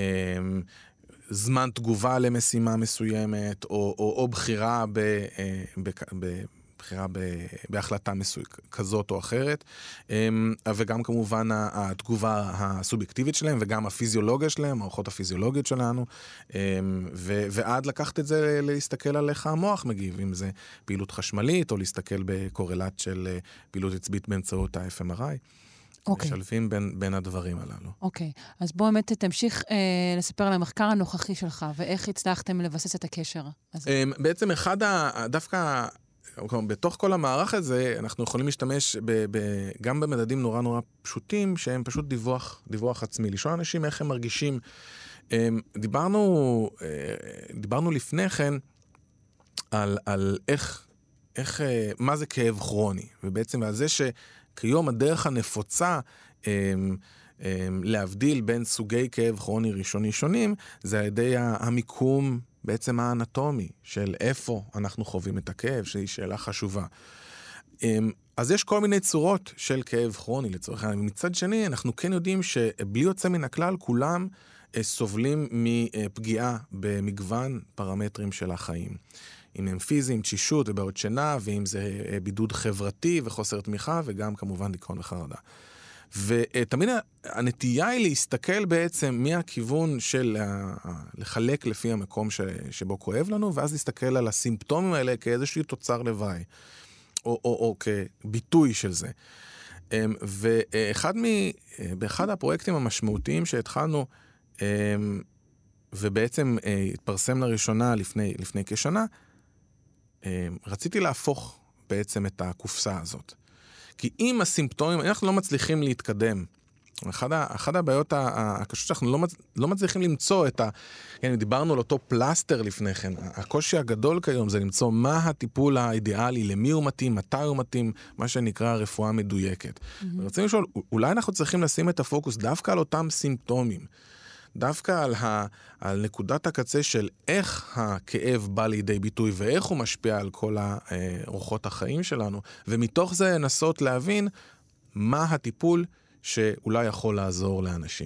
זמן תגובה למשימה מסוימת או, או, או בחירה ב... Uh, ב, ב בחירה בהחלטה כזאת או אחרת, וגם כמובן התגובה הסובייקטיבית שלהם, וגם הפיזיולוגיה שלהם, המערכות הפיזיולוגיות שלנו, ועד לקחת את זה להסתכל על איך המוח מגיב, אם זה פעילות חשמלית, או להסתכל בקורלט של פעילות עצבית באמצעות ה-אף אם אר איי. Okay. משלבים בין, בין הדברים הללו. אוקיי, okay. אז בוא באמת תמשיך אה, לספר על המחקר הנוכחי שלך, ואיך הצלחתם לבסס את הקשר הזה. בעצם אחד ה... דווקא... בתוך כל המערך הזה, אנחנו יכולים להשתמש ב, ב, גם במדדים נורא נורא פשוטים, שהם פשוט דיווח, דיווח עצמי. לשאול אנשים איך הם מרגישים. דיברנו, דיברנו לפני כן על, על איך, איך, מה זה כאב כרוני, ובעצם על זה שכיום הדרך הנפוצה להבדיל בין סוגי כאב כרוני ראשוני שונים, זה על ידי המיקום בעצם האנטומי של איפה אנחנו חווים את הכאב, שהיא שאלה חשובה. אז יש כל מיני צורות של כאב כרוני לצורך העניין. מצד שני, אנחנו כן יודעים שבלי יוצא מן הכלל, כולם סובלים מפגיעה במגוון פרמטרים של החיים. אם הם פיזיים, תשישות ובעיות שינה, ואם זה בידוד חברתי וחוסר תמיכה, וגם כמובן דיכאון וחרדה. ותמיד הנטייה היא להסתכל בעצם מהכיוון של לחלק לפי המקום ש, שבו כואב לנו, ואז להסתכל על הסימפטומים האלה כאיזשהו תוצר לוואי. או, או, או כביטוי של זה. ואחד מ... באחד הפרויקטים המשמעותיים שהתחלנו, ובעצם התפרסם לראשונה לפני, לפני כשנה, רציתי להפוך בעצם את הקופסה הזאת. כי אם הסימפטומים, אנחנו לא מצליחים להתקדם. אחד, אחד הבעיות הקשות שאנחנו לא, מצ, לא מצליחים למצוא את ה... כן, דיברנו על אותו פלסטר לפני כן. הקושי הגדול כיום זה למצוא מה הטיפול האידיאלי, למי הוא מתאים, מתי הוא מתאים, מה שנקרא רפואה מדויקת. Mm-hmm. ורצינו לשאול, אולי אנחנו צריכים לשים את הפוקוס דווקא על אותם סימפטומים. דווקא על, ה, על נקודת הקצה של איך הכאב בא לידי ביטוי ואיך הוא משפיע על כל אורחות החיים שלנו, ומתוך זה לנסות להבין מה הטיפול שאולי יכול לעזור לאנשים.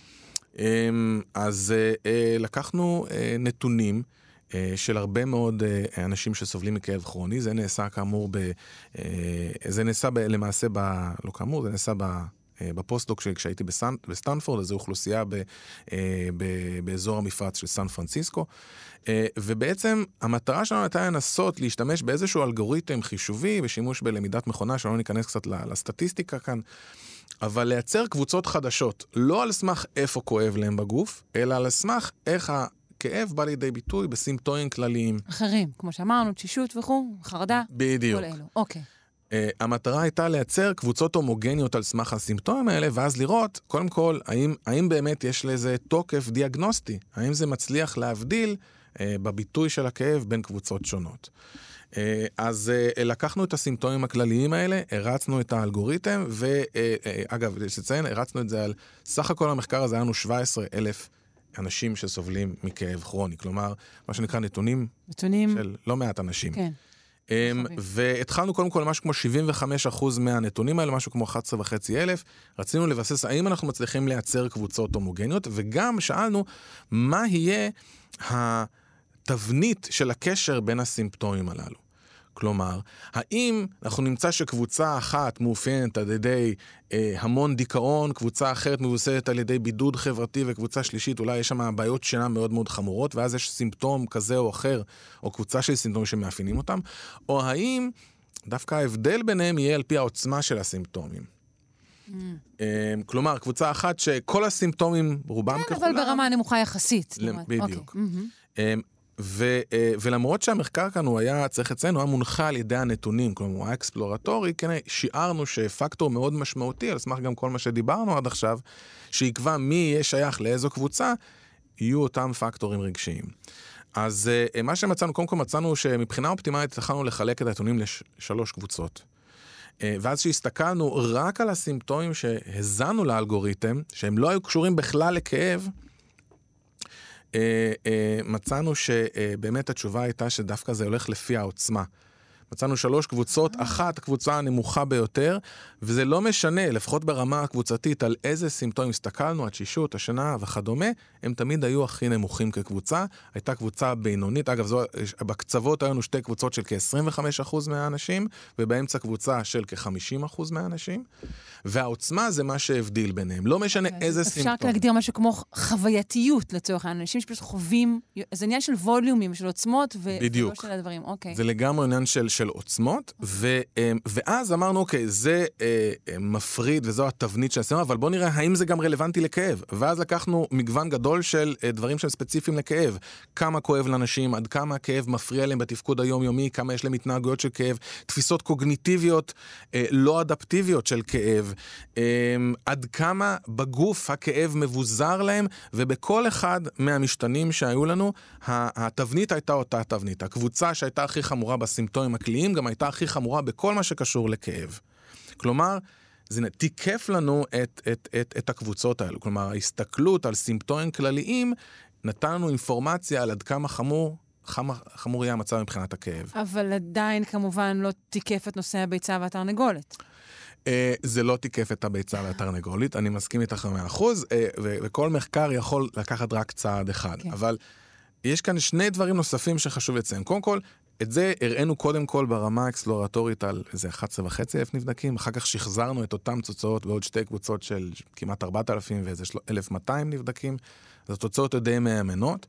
אז לקחנו נתונים של הרבה מאוד אנשים שסובלים מכאב כרוני, זה נעשה כאמור, ב, זה נעשה ב, למעשה, ב, לא כאמור, זה נעשה ב... בפוסט-דוק כשהייתי בסטנפורד, אז זו אוכלוסייה ב, ב, באזור המפרץ של סן פרנסיסקו, ובעצם המטרה שלנו הייתה לנסות להשתמש באיזשהו אלגוריתם חישובי, בשימוש בלמידת מכונה, שלא ניכנס קצת לסטטיסטיקה כאן, אבל לייצר קבוצות חדשות, לא על סמך איפה כואב להם בגוף, אלא על סמך איך הכאב בא לידי ביטוי בסימפטומים כלליים. אחרים, כמו שאמרנו, תשישות וכו', חרדה. בדיוק. כל אלו, אוקיי. Uh, המטרה הייתה לייצר קבוצות הומוגניות על סמך הסימפטומים האלה, ואז לראות, קודם כל, האם, האם באמת יש לזה תוקף דיאגנוסטי? האם זה מצליח להבדיל uh, בביטוי של הכאב בין קבוצות שונות? Uh, אז uh, לקחנו את הסימפטומים הכלליים האלה, הרצנו את האלגוריתם, ואגב, uh, uh, שציין, הרצנו את זה על סך הכל המחקר הזה, היה לנו שבעה עשר אלף אנשים שסובלים מכאב כרוני, כלומר, מה שנקרא נתונים, נתונים של לא מעט אנשים. כן. והתחלנו קודם כל משהו כמו שבעים וחמישה אחוז מהנתונים האלה, משהו כמו אחת עשרה וחצי אלף. רצינו לבסס האם אנחנו מצליחים לייצר קבוצות הומוגניות, וגם שאלנו מה יהיה התבנית של הקשר בין הסימפטומים הללו. כלומר, האם אנחנו נמצא שקבוצה אחת מאופיינת על ידי אה, המון דיכאון, קבוצה אחרת מבוססת על ידי בידוד חברתי, וקבוצה שלישית, אולי יש שם בעיות שינה מאוד מאוד חמורות, ואז יש סימפטום כזה או אחר, או קבוצה של סימפטומים שמאפיינים אותם, או האם דווקא ההבדל ביניהם יהיה על פי העוצמה של הסימפטומים. Mm. אה, כלומר, קבוצה אחת שכל הסימפטומים רובם כן, ככולם... אבל ברמה נמוכה יחסית. בדיוק. אה, ו, ולמרות שהמחקר כאן הוא היה, צריך אצלנו, הוא היה מונחה על ידי הנתונים, כלומר הוא היה אקספלורטורי, כן, שיערנו שפקטור מאוד משמעותי, על סמך גם כל מה שדיברנו עד עכשיו, שיקבע מי יהיה שייך לאיזו קבוצה, יהיו אותם פקטורים רגשיים. אז מה שמצאנו, קודם כל מצאנו שמבחינה אופטימלית התחלנו לחלק את הנתונים לשלוש קבוצות. ואז שהסתכלנו רק על הסימפטומים שהזנו לאלגוריתם, שהם לא היו קשורים בכלל לכאב, Uh, uh, מצאנו שבאמת התשובה הייתה שדווקא זה הולך לפי העוצמה. מצאנו שלוש קבוצות, אחת קבוצה הנמוכה ביותר, וזה לא משנה, לפחות ברמה הקבוצתית, על איזה סימפטומים הסתכלנו, התשישות, השינה וכדומה, הם תמיד היו הכי נמוכים כקבוצה. הייתה קבוצה בינונית, אגב, זו, בקצוות היו לנו שתי קבוצות של כ-עשרים וחמישה אחוז מהאנשים, ובאמצע קבוצה של כ-חמישים אחוז מהאנשים, והעוצמה זה מה שהבדיל ביניהם. לא משנה איזה סימפטום. אפשר להגדיר משהו כמו חווייתיות לצורך האנשים שפשוט חווים, זה עניין של ווליומים, של עוצמות, ולא של הדברים. אוקיי. זה לגמרי עניין של של עוצמות, ו, ואז אמרנו, אוקיי, זה אה, מפריד, וזו התבנית שעשינו, אבל בוא נראה האם זה גם רלוונטי לכאב. ואז לקחנו מגוון גדול של אה, דברים שהם ספציפיים לכאב. כמה כואב לאנשים, עד כמה הכאב מפריע להם בתפקוד היומיומי, כמה יש להם התנהגויות של כאב, תפיסות קוגניטיביות אה, לא אדפטיביות של כאב, אה, עד כמה בגוף הכאב מבוזר להם, ובכל אחד מהמשתנים שהיו לנו, התבנית הייתה אותה תבנית. הקבוצה שהייתה הכי חמורה בסימפטומים הכליים, גם הייתה הכי חמורה בכל מה שקשור לכאב. כלומר, זה תיקף לנו את, את, את, את הקבוצות האלו. כלומר, ההסתכלות על סימפטומים כלליים, נתנו אינפורמציה על עד כמה חמור, חמור, חמור יהיה המצב מבחינת הכאב. אבל עדיין כמובן לא תיקף את נושא הביצה והתרנגולת. זה לא תיקף את הביצה והתרנגולית, אני מסכים איתך מאה אחוז, וכל מחקר יכול לקחת רק צעד אחד. אבל יש כאן שני דברים נוספים שחשוב לציין. קודם כל, את זה הראינו קודם כל ברמה האקספלורטורית על איזה אחת עשרה וחצי אלף נבדקים, אחר כך שחזרנו את אותם תוצאות בעוד שתי קבוצות של כמעט ארבעת אלפים ואיזה אלף ומאתיים נבדקים, אז התוצאות די מהאמנות,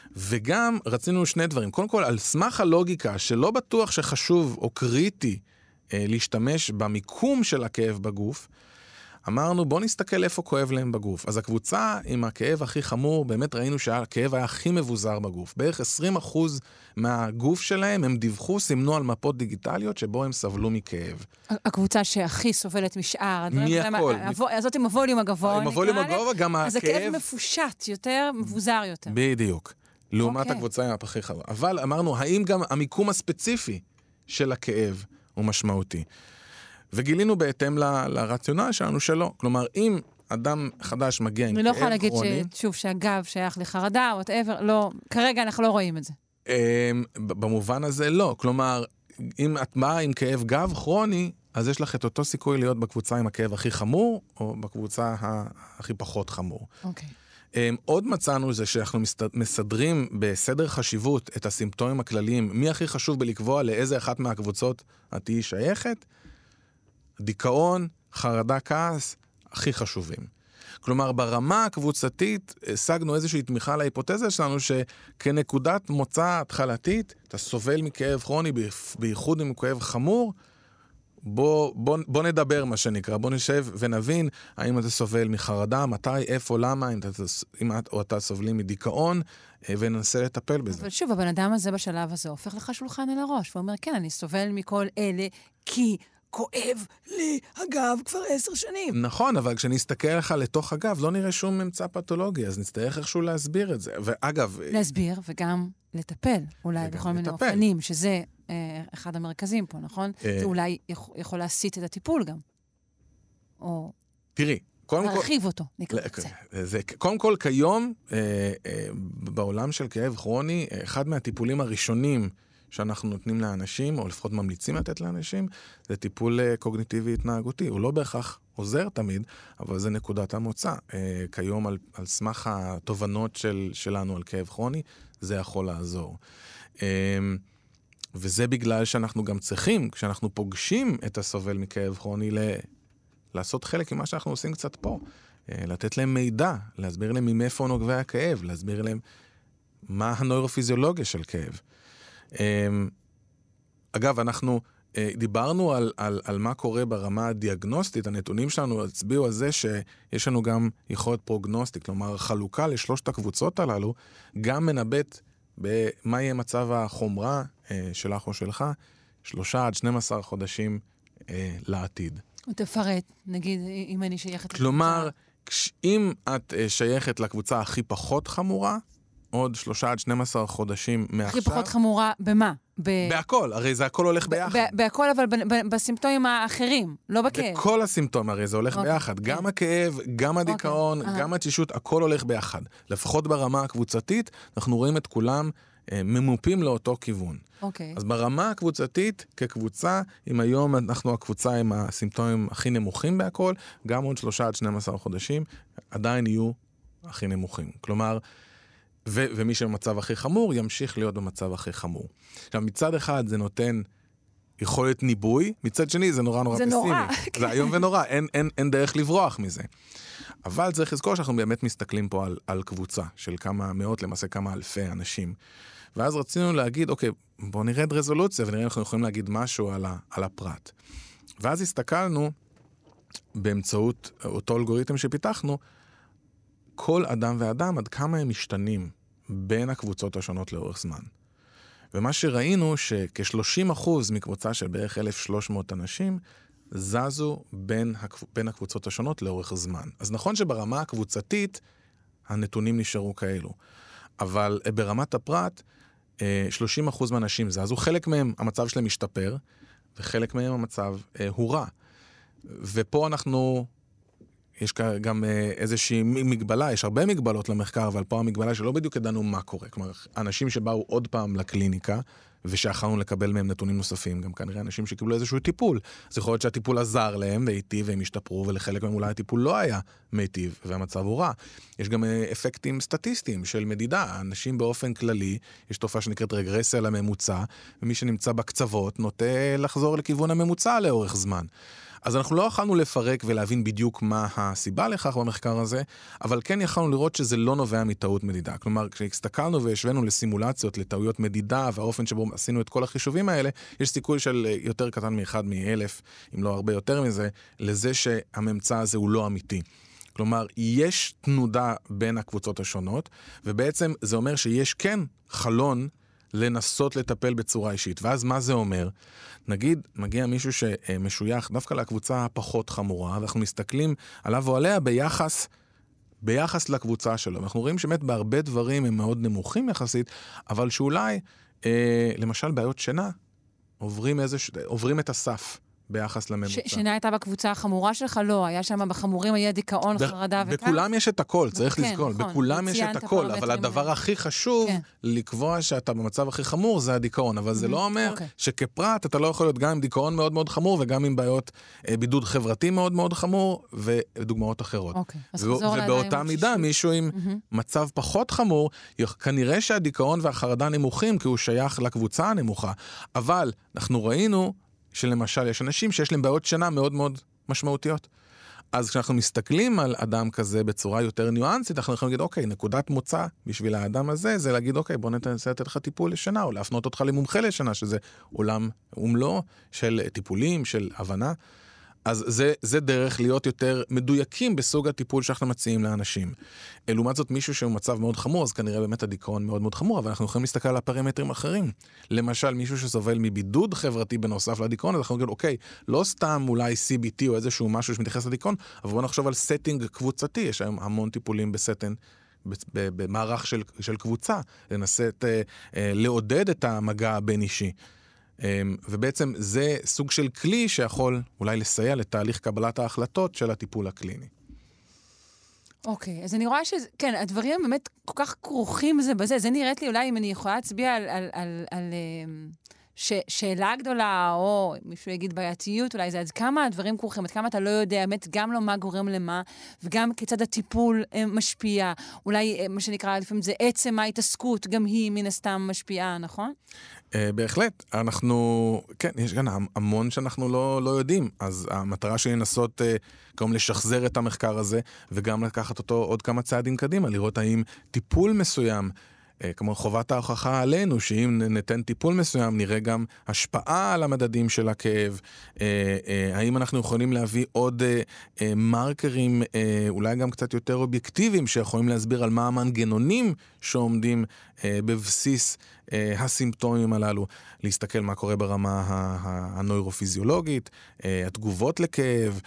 וגם רצינו שני דברים. קודם כל, על סמך הלוגיקה שלא בטוח שחשוב או קריטי להשתמש במיקום של הכאב בגוף, אמרנו, בוא נסתכל איפה כואב להם בגוף. אז הקבוצה עם הכאב הכי חמור, באמת ראינו שהכאב היה הכי מבוזר בגוף. בערך עשרים אחוז מהגוף שלהם, הם דיווחו, סימנו על מפות דיגיטליות שבו הם סבלו מכאב. הקבוצה שהכי סובלת משאר. מהכל. הזאת עם הווליום הגבוה. עם הווליום הגבוה, גם הכאב... אז הכאב מפושט יותר, מבוזר יותר. בדיוק. לעומת הקבוצה עם הכי חמור. אבל אמרנו, האם גם המיקום הספציפי של הכאב הוא משמעותי? וגילינו בהתאם ל- לרציונל שלנו שלא. כלומר, אם אדם חדש מגיע עם כאב כרוני... אני לא יכולה להגיד שוב שהגב שייך לחרדה, או whatever, לא, כרגע אנחנו לא רואים את זה. במובן הזה לא. כלומר, אם את באה עם כאב גב כרוני, אז יש לך את אותו סיכוי להיות בקבוצה עם הכאב הכי חמור, או בקבוצה הכי פחות חמור. אוקיי. עוד מצאנו זה שאנחנו מסדרים בסדר חשיבות את הסימפטומים הכלליים, מי הכי חשוב בלקבוע לאיזה אחת מהקבוצות את תהיי שייכת, דיכאון, חרדה, כעס, הכי חשובים. כלומר, ברמה הקבוצתית, השגנו איזושהי תמיכה להיפותזה שלנו, שכנקודת מוצא התחלתית, אתה סובל מכאב כרוני, בייחוד עם כאב חמור, בוא, בוא, בוא נדבר מה שנקרא, בוא נשב ונבין האם אתה סובל מחרדה, מתי, איפה, למה, אם אתה, אם את, או אתה סובלים מדיכאון, וננסה לטפל בזה. אבל שוב, הבן אדם הזה בשלב הזה הופך לך שולחן על הראש, ואומר, כן, אני סובל מכל אלה, כי כואב לי הגב כבר עשר שנים. נכון, אבל כשנסתכל לך לתוך הגב, לא נראה שום ממצא פתולוגי, אז נצטרך איכשהו להסביר את זה. ואגב... להסביר וגם לטפל, אולי בכל מיני אופנים, שזה אה, אחד המרכזים פה, נכון? אה... זה אולי יכול, יכול להסיט את הטיפול גם. או... תראי, קודם כל... להרחיב אותו, נקרא את זה. זה. קודם כל, כיום, אה, אה, בעולם של כאב כרוני, אחד מהטיפולים הראשונים שאנחנו נותנים לאנשים, או לפחות ממליצים לתת לאנשים, זה טיפול קוגניטיבי התנהגותי. הוא לא בהכרח עוזר תמיד, אבל זה נקודת המוצא. אה, כיום, על, על סמך התובנות של, שלנו על כאב כרוני, זה יכול לעזור. אה, וזה בגלל שאנחנו גם צריכים, כשאנחנו פוגשים את הסובל מכאב כרוני, ל... לעשות חלק ממה שאנחנו עושים קצת פה. אה, לתת להם מידע, להסביר להם ממאיפה נוגע הכאב, להסביר להם מה הנוירופיזיולוגיה של כאב. אגב, אנחנו דיברנו על, על, על מה קורה ברמה הדיאגנוסטית, הנתונים שלנו הצביעו על זה שיש לנו גם יכולת פרוגנוסטית, כלומר, חלוקה לשלושת הקבוצות הללו, גם מנבט במה יהיה מצב החומרה שלך או שלך, שלושה עד שנים עשר חודשים לעתיד. תפרט, נגיד, אם אני שייכת כלומר, לקבוצה. אם את שייכת לקבוצה הכי פחות חמורה, עוד שלושה עד שנים עשר חודשים מעכשיו. הכי פחות חמורה, במה? בהכל, הרי זה הכל הולך ביחד. בהכל, אבל בסימפטומים האחרים, לא בכאב. בכל הסימפטומים, הרי זה הולך ביחד. גם הכאב, גם הדיכאון, גם התשישות, הכל הולך ביחד. לפחות ברמה הקבוצתית, אנחנו רואים את כולם ממופים לאותו כיוון. אז ברמה הקבוצתית, כקבוצה, אם היום אנחנו הקבוצה עם הסימפטומים הכי נמוכים בהכל, גם עוד שלושה עד שנים עשר חודשים, עדיין יהיו הכי נמוכים. כלומר, ו- ומי שבמצב הכי חמור, ימשיך להיות במצב הכי חמור. עכשיו, מצד אחד זה נותן יכולת ניבוי, מצד שני זה נורא נורא זה פסימי. נורא. זה היום ונורא, אין, אין, אין דרך לברוח מזה. אבל צריך לזכור שאנחנו באמת מסתכלים פה על, על קבוצה של כמה מאות, למעשה כמה אלפי אנשים. ואז רצינו להגיד, אוקיי, בואו נרד רזולוציה, ונראה אם אנחנו יכולים להגיד משהו על, ה- על הפרט. ואז הסתכלנו, באמצעות אותו אלגוריתם שפיתחנו, כל אדם ואדם, עד כמה הם משתנים בין הקבוצות השונות לאורך זמן. ומה שראינו שכ-שלושים אחוז מקבוצה של בערך אלף ושלוש מאות אנשים, זזו בין, הקב... בין הקבוצות השונות לאורך זמן. אז נכון שברמה הקבוצתית, הנתונים נשארו כאלו. אבל ברמת הפרט, שלושים אחוז מהאנשים זזו, חלק מהם המצב שלהם משתפר, וחלק מהם המצב הוא רע. ופה אנחנו... יש גם איזושהי מגבלה, יש הרבה מגבלות למחקר, אבל פה המגבלה שלא בדיוק ידענו מה קורה. כלומר, אנשים שבאו עוד פעם לקליניקה, ושאחרנו לקבל מהם נתונים נוספים, גם כנראה אנשים שקיבלו איזשהו טיפול. אז יכול להיות שהטיפול עזר להם, והיטיב, והם השתפרו, ולחלק מהם אולי הטיפול לא היה מיטיב, והמצב הוא רע. יש גם אפקטים סטטיסטיים של מדידה. אנשים באופן כללי, יש תופעה שנקראת רגרסיה לממוצע, ומי שנמצא בקצוות נוטה לחזור לכיוון הממוצע לאורך זמן. אז אנחנו לא יכולנו לפרק ולהבין בדיוק מה הסיבה לכך במחקר הזה, אבל כן יכולנו לראות שזה לא נובע מטעות מדידה. כלומר, כשהסתכלנו והשווינו לסימולציות, לטעויות מדידה, והאופן שבו עשינו את כל החישובים האלה, יש סיכוי של יותר קטן מאחד מאלף, אם לא הרבה יותר מזה, לזה שהממצא הזה הוא לא אמיתי. כלומר, יש תנודה בין הקבוצות השונות, ובעצם זה אומר שיש כן חלון לנסות לטפל בצורה אישית. ואז מה זה אומר? נגיד, מגיע מישהו שמשוייך דווקא לקבוצה הפחות חמורה, ואנחנו מסתכלים עליו או עליה ביחס, ביחס לקבוצה שלו. אנחנו רואים שבאמת בהרבה דברים הם מאוד נמוכים יחסית, אבל שאולי, אה, למשל בעיות שינה, עוברים, איזה, עוברים את הסף. ביחס לממוצע. שינה הייתה בקבוצה החמורה שלך? לא, היה שם בחמורים, היה דיכאון, חרדה וכך? בכולם יש את הכל, צריך לזכור, בכולם יש את הכל, אבל הדבר הכי חשוב לקבוע שאתה במצב הכי חמור זה הדיכאון, אבל זה לא אומר שכפרט אתה לא יכול להיות גם עם דיכאון מאוד מאוד חמור, וגם עם בעיות בידוד חברתי מאוד מאוד חמור, ודוגמאות אחרות. ובאותה מידה, מישהו עם מצב פחות חמור, כנראה שהדיכאון והחרדה נמוכים, כי הוא שייך לקבוצה הנמוכה, אבל אנחנו ראינו שלמשל יש אנשים שיש להם בעיות שינה מאוד מאוד משמעותיות. אז כשאנחנו מסתכלים על אדם כזה בצורה יותר ניואנסית, אנחנו יכולים להגיד, אוקיי, נקודת מוצא בשביל האדם הזה, זה להגיד, אוקיי, בוא ננסה לתת לך טיפול לשינה, או להפנות אותך למומחה לשינה, שזה עולם ומלוא של טיפולים, של הבנה. אז זה, זה דרך להיות יותר מדויקים בסוג הטיפול שאנחנו מציעים לאנשים. לעומת זאת, מישהו שהוא מצב מאוד חמור, אז כנראה באמת הדיכאון מאוד מאוד חמור, אבל אנחנו יכולים להסתכל על הפרמטרים אחרים. למשל, מישהו שסובל מבידוד חברתי בנוסף לדיכאון, אז אנחנו נגיד, אוקיי, לא סתם אולי סי בי טי או איזשהו משהו שמתייחס לדיכאון, אבל בוא נחשוב על סטינג קבוצתי, יש היום המון טיפולים בסטן, במערך של, של קבוצה, לנסות אה, אה, לעודד את המגע הבין אישי. ובעצם זה סוג של כלי שיכול אולי לסייע לתהליך קבלת ההחלטות של הטיפול הקליני. אוקיי, אז אני רואה שזה, כן, הדברים באמת כל כך כרוכים זה בזה, זה נראית לי אולי אם אני יכולה להצביע על, על, על, על ש, שאלה גדולה, או מישהו יגיד בעייתיות, אולי זה עד כמה הדברים כרוכים, עד כמה אתה לא יודע, באמת גם לא מה גורם למה, וגם כיצד הטיפול משפיע, אולי מה שנקרא לפעמים זה עצם ההתעסקות, גם היא מן הסתם משפיעה, נכון? בהחלט, אנחנו, כן, יש כאן המון שאנחנו לא, לא יודעים, אז המטרה שלי לנסות גם לשחזר את המחקר הזה, וגם לקחת אותו עוד כמה צעדים קדימה, לראות האם טיפול מסוים, כמו חובת ההוכחה עלינו, שאם ניתן טיפול מסוים, נראה גם השפעה על המדדים של הכאב, האם אנחנו יכולים להביא עוד מרקרים, אולי גם קצת יותר אובייקטיביים, שיכולים להסביר על מה המנגנונים שעומדים בבסיס הסימפטומים הללו, להסתכל מה קורה ברמה הנוירופיזיולוגית, התגובות לכאב,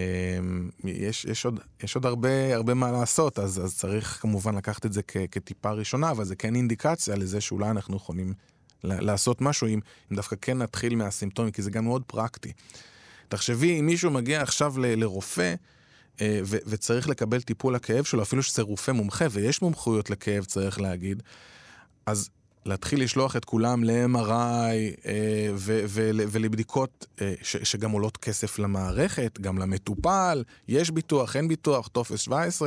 יש, יש עוד, יש עוד הרבה, הרבה מה לעשות, אז, אז צריך כמובן לקחת את זה כ, כטיפה ראשונה, אבל זה כן אינדיקציה לזה שאולי אנחנו יכולים לעשות משהו, אם, אם דווקא כן נתחיל מהסימפטומים, כי זה גם מאוד פרקטי. תחשבי, אם מישהו מגיע עכשיו ל, לרופא, ו, וצריך לקבל טיפול לכאב שלו, אפילו שזה רופא מומחה, ויש מומחויות לכאב, צריך להגיד, אז להתחיל לשלוח את כולם ל-אם אר איי ו- ו- ולבדיקות ש- שגם עולות כסף למערכת, גם למטופל, יש ביטוח, אין ביטוח, טופס שבע עשרה.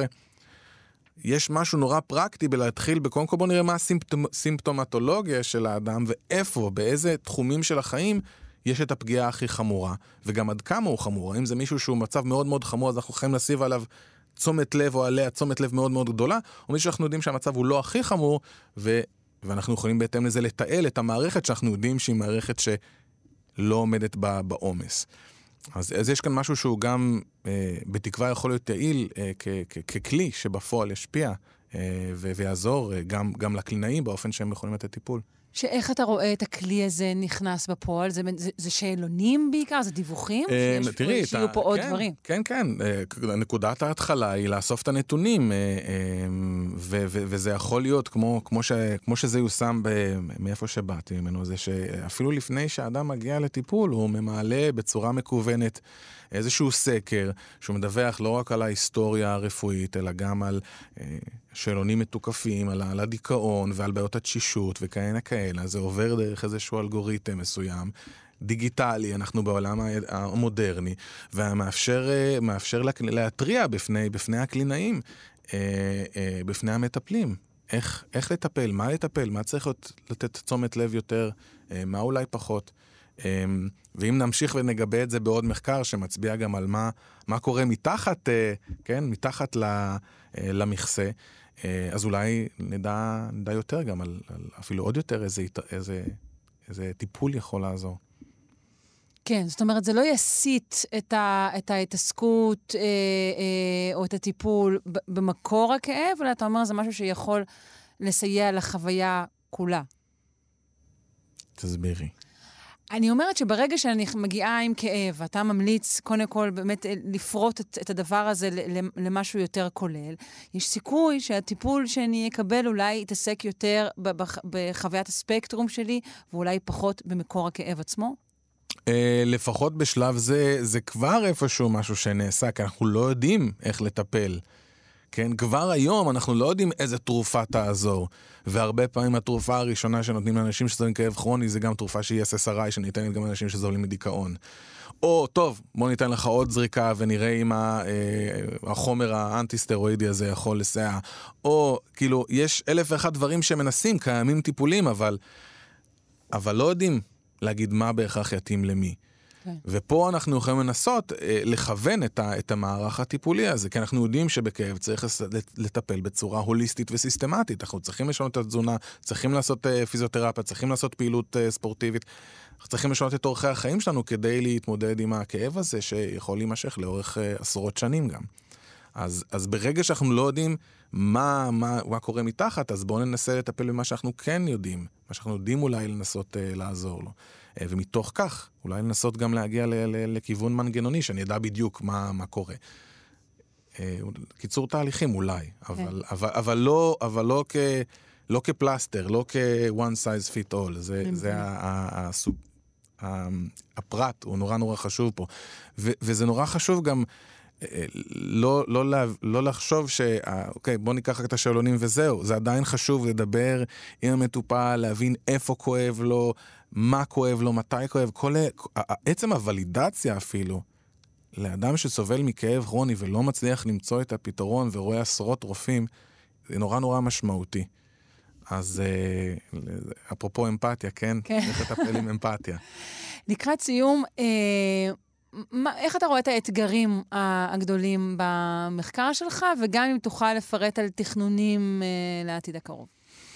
יש משהו נורא פרקטי בלהתחיל, בקודם כל בוא נראה מה הסימפטומטולוגיה של האדם, ואיפה, באיזה תחומים של החיים יש את הפגיעה הכי חמורה, וגם עד כמה הוא חמור. אם זה מישהו שהוא מצב מאוד מאוד חמור, אז אנחנו יכולים לשים עליו תשומת לב או עליה תשומת לב מאוד מאוד גדולה, או מישהו שאנחנו יודעים שהמצב הוא לא הכי חמור, ו... ואנחנו יכולים בהתאם לזה לתעל את המערכת שאנחנו יודעים שהיא מערכת שלא עומדת בעומס. אז, אז יש כאן משהו שהוא גם אה, בתקווה יכול להיות יעיל אה, כ, כ, ככלי שבפועל ישפיע אה, ו, ויעזור אה, גם, גם לקלינאים באופן שהם יכולים לתת טיפול. שאיך אתה רואה את הכלי הזה נכנס בפועל? זה, זה, זה שאלונים בעיקר? זה דיווחים? אה, שיש תראי, פה, שיהיו פה עוד כן, דברים? כן, כן. אה, נקודת ההתחלה היא לאסוף את הנתונים, אה, אה, ו, ו, וזה יכול להיות כמו, כמו, ש, כמו שזה יושם ב, מאיפה שבאתי ממנו, זה שאפילו לפני שאדם מגיע לטיפול, הוא ממעלה בצורה מקוונת איזשהו סקר, שהוא מדווח לא רק על ההיסטוריה הרפואית, אלא גם על אה, שאלונים מתוקפים, על, על הדיכאון ועל בעיות התשישות וכאלה כאלה. אז זה עובר דרך איזשהו אלגוריתם מסוים, דיגיטלי, אנחנו בעולם המודרני, והמאפשר מאפשר להתריע בפני, בפני הקלינאים, אה, אה, בפני המטפלים. איך, איך לטפל, מה לטפל, מה צריך לתת תשומת לב יותר, אה, מה אולי פחות. ואם נמשיך ונגבה את זה בעוד מחקר שמצביע גם על מה, מה קורה מתחת, כן, מתחת למכסה, אז אולי נדע, נדע יותר גם על, על אפילו עוד יותר איזה, איזה, איזה טיפול יכול לעזור. כן, זאת אומרת, זה לא יסיט את, ה, את ההתעסקות אה, אה, או את הטיפול במקור הכאב, אלא אתה אומר, זה משהו שיכול לסייע לחוויה כולה. תסבירי. אני אומרת שברגע שאני מגיעה עם כאב, אתה ממליץ קודם כל באמת לפרוט את, את הדבר הזה למשהו יותר כולל, יש סיכוי שהטיפול שאני אקבל אולי יתעסק יותר בחוויית הספקטרום שלי, ואולי פחות במקור הכאב עצמו? לפחות בשלב זה, זה כבר איפשהו משהו שנעשה, כי אנחנו לא יודעים איך לטפל. כן, כבר היום אנחנו לא יודעים איזה תרופה תעזור, והרבה פעמים התרופה הראשונה שנותנים לאנשים שסובלים כאב כרוני, זה גם תרופה שהיא אס אס אר איי, שניתנת גם לאנשים שסובלים מדיכאון. או, טוב, בוא ניתן לך עוד זריקה ונראה אם החומר האנטי-סטרואידי הזה יכול לסייע. או, כאילו, יש אלף ואחד דברים שמנסים, קיימים טיפולים, אבל, אבל לא יודעים להגיד מה בהכרח יתאים למי. ופה אנחנו יכולים לנסות אה, לכוון את, ה, את המערך הטיפולי הזה, כי אנחנו יודעים שבכאב צריך לטפל בצורה הוליסטית וסיסטמטית. אנחנו צריכים לשנות את התזונה, צריכים לעשות אה, פיזיותרפיה, צריכים לעשות פעילות אה, ספורטיבית, אנחנו צריכים לשנות את אורחי החיים שלנו כדי להתמודד עם הכאב הזה שיכול להימשך לאורך אה, עשרות שנים גם. אז, אז ברגע שאנחנו לא יודעים מה, מה, מה קורה מתחת, אז בואו ננסה לטפל במה שאנחנו כן יודעים, מה שאנחנו יודעים אולי לנסות אה, לעזור לו. ומתוך כך, אולי לנסות גם להגיע ל- ל- לכיוון מנגנוני, שאני ידע בדיוק מה, מה קורה. קיצור תהליכים אולי, אבל, okay. אבל, אבל, לא, אבל לא, כ, לא כפלסטר, לא כ-one size fit all. זה, mm-hmm. זה ה- ה- הסוג, ה- הפרט, הוא נורא נורא חשוב פה. ו- וזה נורא חשוב גם לא, לא, לא לחשוב ש... אוקיי, בוא ניקח רק את השאלונים וזהו. זה עדיין חשוב לדבר עם המטופל, להבין איפה כואב לו, מה כואב לו, מתי כואב. כל... עצם הוולידציה אפילו, לאדם שסובל מכאב כרוני ולא מצליח למצוא את הפתרון ורואה עשרות רופאים, זה נורא נורא משמעותי. אז אפרופו אמפתיה, כן? כן. איך לטפל עם אמפתיה. לקראת סיום, אה... מה, איך אתה רואה את האתגרים הגדולים במחקר שלך, וגם אם תוכל לפרט על תכנונים אה, לעתיד הקרוב?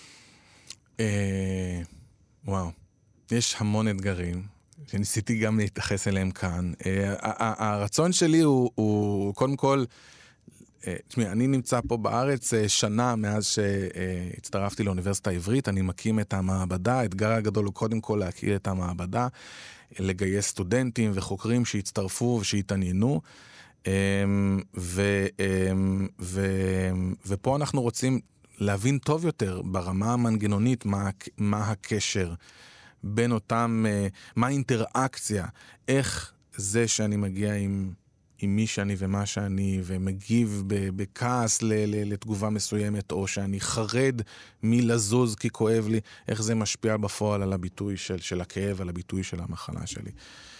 אה, וואו, יש המון אתגרים, שניסיתי גם להתייחס אליהם כאן. אה, הרצון שלי הוא, הוא קודם כל, אה, תשמע, אני נמצא פה בארץ אה, שנה מאז שהצטרפתי לאוניברסיטה העברית, אני מקים את המעבדה, האתגר הגדול הוא קודם כל להכיר את המעבדה, לגייס סטודנטים וחוקרים שהצטרפו ושהתעניינו, ו, ו, ופה אנחנו רוצים להבין טוב יותר ברמה המנגנונית מה, מה הקשר בין אותם, מה האינטראקציה, איך זה שאני מגיע עם, עם מי שאני ומה שאני, ומגיב בכעס לתגובה מסוימת, או שאני חרד מלזוז כי כואב לי, איך זה משפיע בפועל על הביטוי של, של הכאב, על הביטוי של המחלה שלי.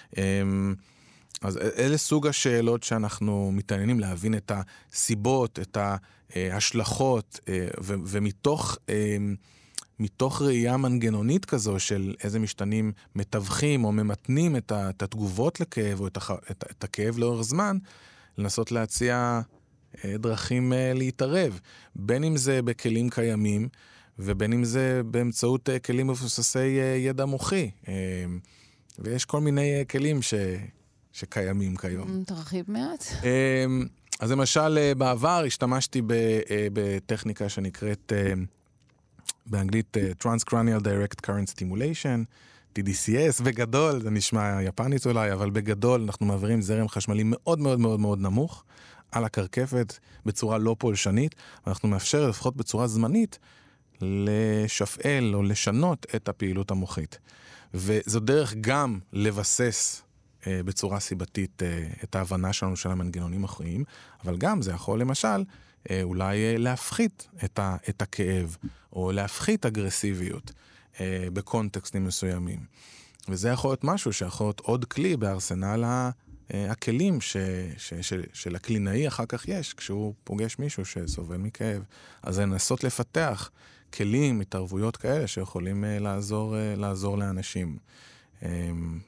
אז אלה סוג השאלות שאנחנו מתעניינים להבין את הסיבות, את ההשלכות, ו- ומתוך מתוך ראייה מנגנונית כזו של איזה משתנים מתווכים או ממתנים את, ה- את התגובות לכאב או את, הח- את, את הכאב לאורך זמן, לנסות להציע דרכים להתערב. בין אם זה בכלים קיימים, ובין אם זה באמצעות כלים מבוססי ידע מוכי. ויש כל מיני כלים ש... שקיימים כיום. תרחיב מעט. אז למשל, בעבר השתמשתי בטכניקה שנקראת באנגלית Transcranial Direct Current Stimulation, טי די סי אס, בגדול, זה נשמע יפנית אולי, אבל בגדול אנחנו מעבירים זרם חשמלי מאוד מאוד מאוד מאוד נמוך על הקרקפת בצורה לא פולשנית, ואנחנו מאפשר לפחות בצורה זמנית לשפעל או לשנות את הפעילות המוחית. וזו דרך גם לבסס אה, בצורה סיבתית אה, את ההבנה שלנו של המנגנונים החיים, אבל גם זה יכול למשל אה, אולי אה, להפחית את, ה, את הכאב, או להפחית אגרסיביות אה, בקונטקסטים מסוימים. וזה יכול להיות משהו שיכול להיות עוד כלי בארסנל ה... הכלים ש, ש, ש, של הקלינאי אחר כך יש, כשהוא פוגש מישהו שסובל מכאב. אז זה לנסות לפתח כלים, התערבויות כאלה שיכולים לעזור, לעזור לאנשים.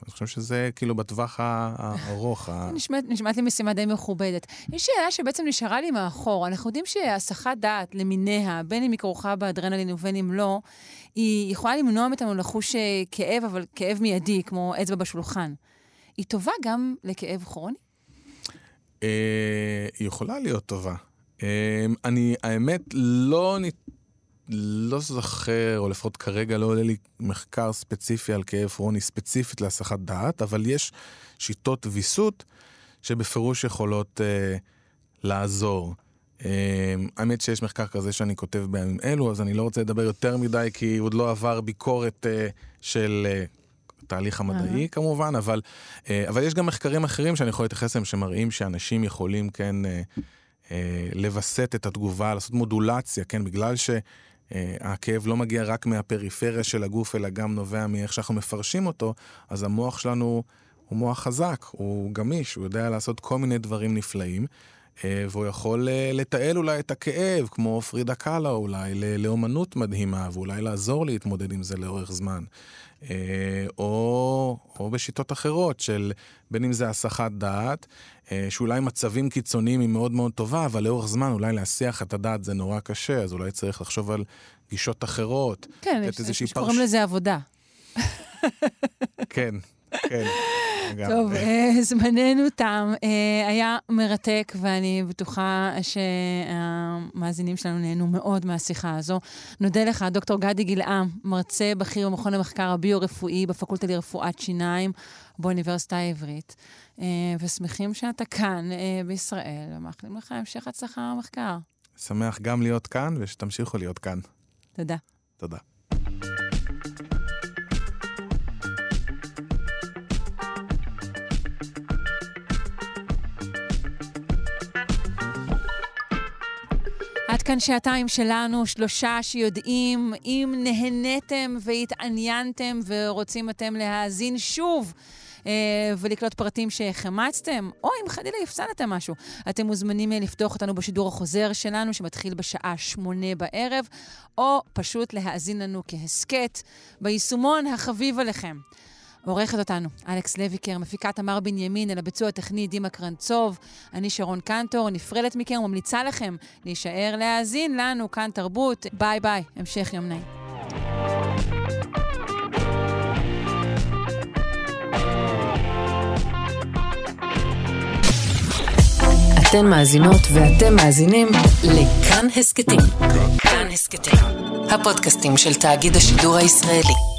אני חושב שזה כאילו בטווח הארוך. נשמעת לי משימה די מכובדת. יש שאלה שבעצם נשארה לי מאחור. אנחנו יודעים שהסחת דעת למיניה, בין אם היא כרוכה באדרנלין ובין אם לא, היא יכולה למנוע מאיתנו לחוש כאב, אבל כאב מיידי, כמו אצבע בשולחן. היא טובה גם לכאב כרוני? היא יכולה להיות טובה. אני, האמת, לא נת... לא זוכר, או לפחות כרגע לא עולה לי מחקר ספציפי על כאב כרוני ספציפית להסחת דעת, אבל יש שיטות ויסות שבפירוש יכולות אה, לעזור. אה, האמת שיש מחקר כזה שאני כותב בימים אלו, אז אני לא רוצה לדבר יותר מדי, כי עוד לא עבר ביקורת אה, של אה, תהליך המדעי כמובן, אבל, אה, אבל יש גם מחקרים אחרים שאני יכול להתייחס להם, שמראים שאנשים יכולים כן אה, אה, לבסט את התגובה, לעשות מודולציה, כן, בגלל ש... הכאב לא מגיע רק מהפריפריה של הגוף, אלא גם נובע מאיך שאנחנו מפרשים אותו, אז המוח שלנו הוא מוח חזק, הוא גמיש, הוא יודע לעשות כל מיני דברים נפלאים, והוא יכול לתעל אולי את הכאב, כמו פרידה קאלה אולי, לאומנות מדהימה, ואולי לעזור להתמודד עם זה לאורך זמן. או, או בשיטות אחרות של בין אם זה הסחת דעת, שאולי מצבים קיצוניים היא מאוד מאוד טובה, אבל לאורך זמן אולי להסיח את הדעת זה נורא קשה, אז אולי צריך לחשוב על גישות אחרות. כן, שקוראים לזה עבודה. כן, כן. טוב, זמננו תם. היה מרתק, ואני בטוחה שהמאזינים שלנו נהנו מאוד מהשיחה הזו. נודה לך, דוקטור גדי גילעם, מרצה בכיר במכון המחקר הביו-רפואי בפקולטה לרפואת שיניים באוניברסיטה העברית. ושמחים שאתה כאן בישראל, ומאחלים לך המשך הצלחה במחקר. שמח גם להיות כאן, ושתמשיכו להיות כאן. תודה. תודה. עד כאן שעתיים שלנו, שלושה שיודעים, אם נהניתם והתעניינתם ורוצים אתם להאזין שוב אה, ולקלוט פרטים שהחמצתם, או אם חלילה הפסדתם משהו, אתם מוזמנים לפתוח אותנו בשידור החוזר שלנו שמתחיל בשעה שמונה בערב, או פשוט להאזין לנו כהסקט ביישומון החביב עליכם. עורכת אותנו אלכס לויקר, מפיקת תמר בנימין, אל הביצוע הטכני דימה קרנצוב. אני שרון קנטור, נפרדת מכם וממליצה לכם להישאר להאזין לנו כאן תרבות. ביי ביי, המשך יום נעים. אתן מאזינות ואתם מאזינים לכאן הסקטים. כאן הסקטים, הפודקאסטים של תאגיד השידור הישראלי.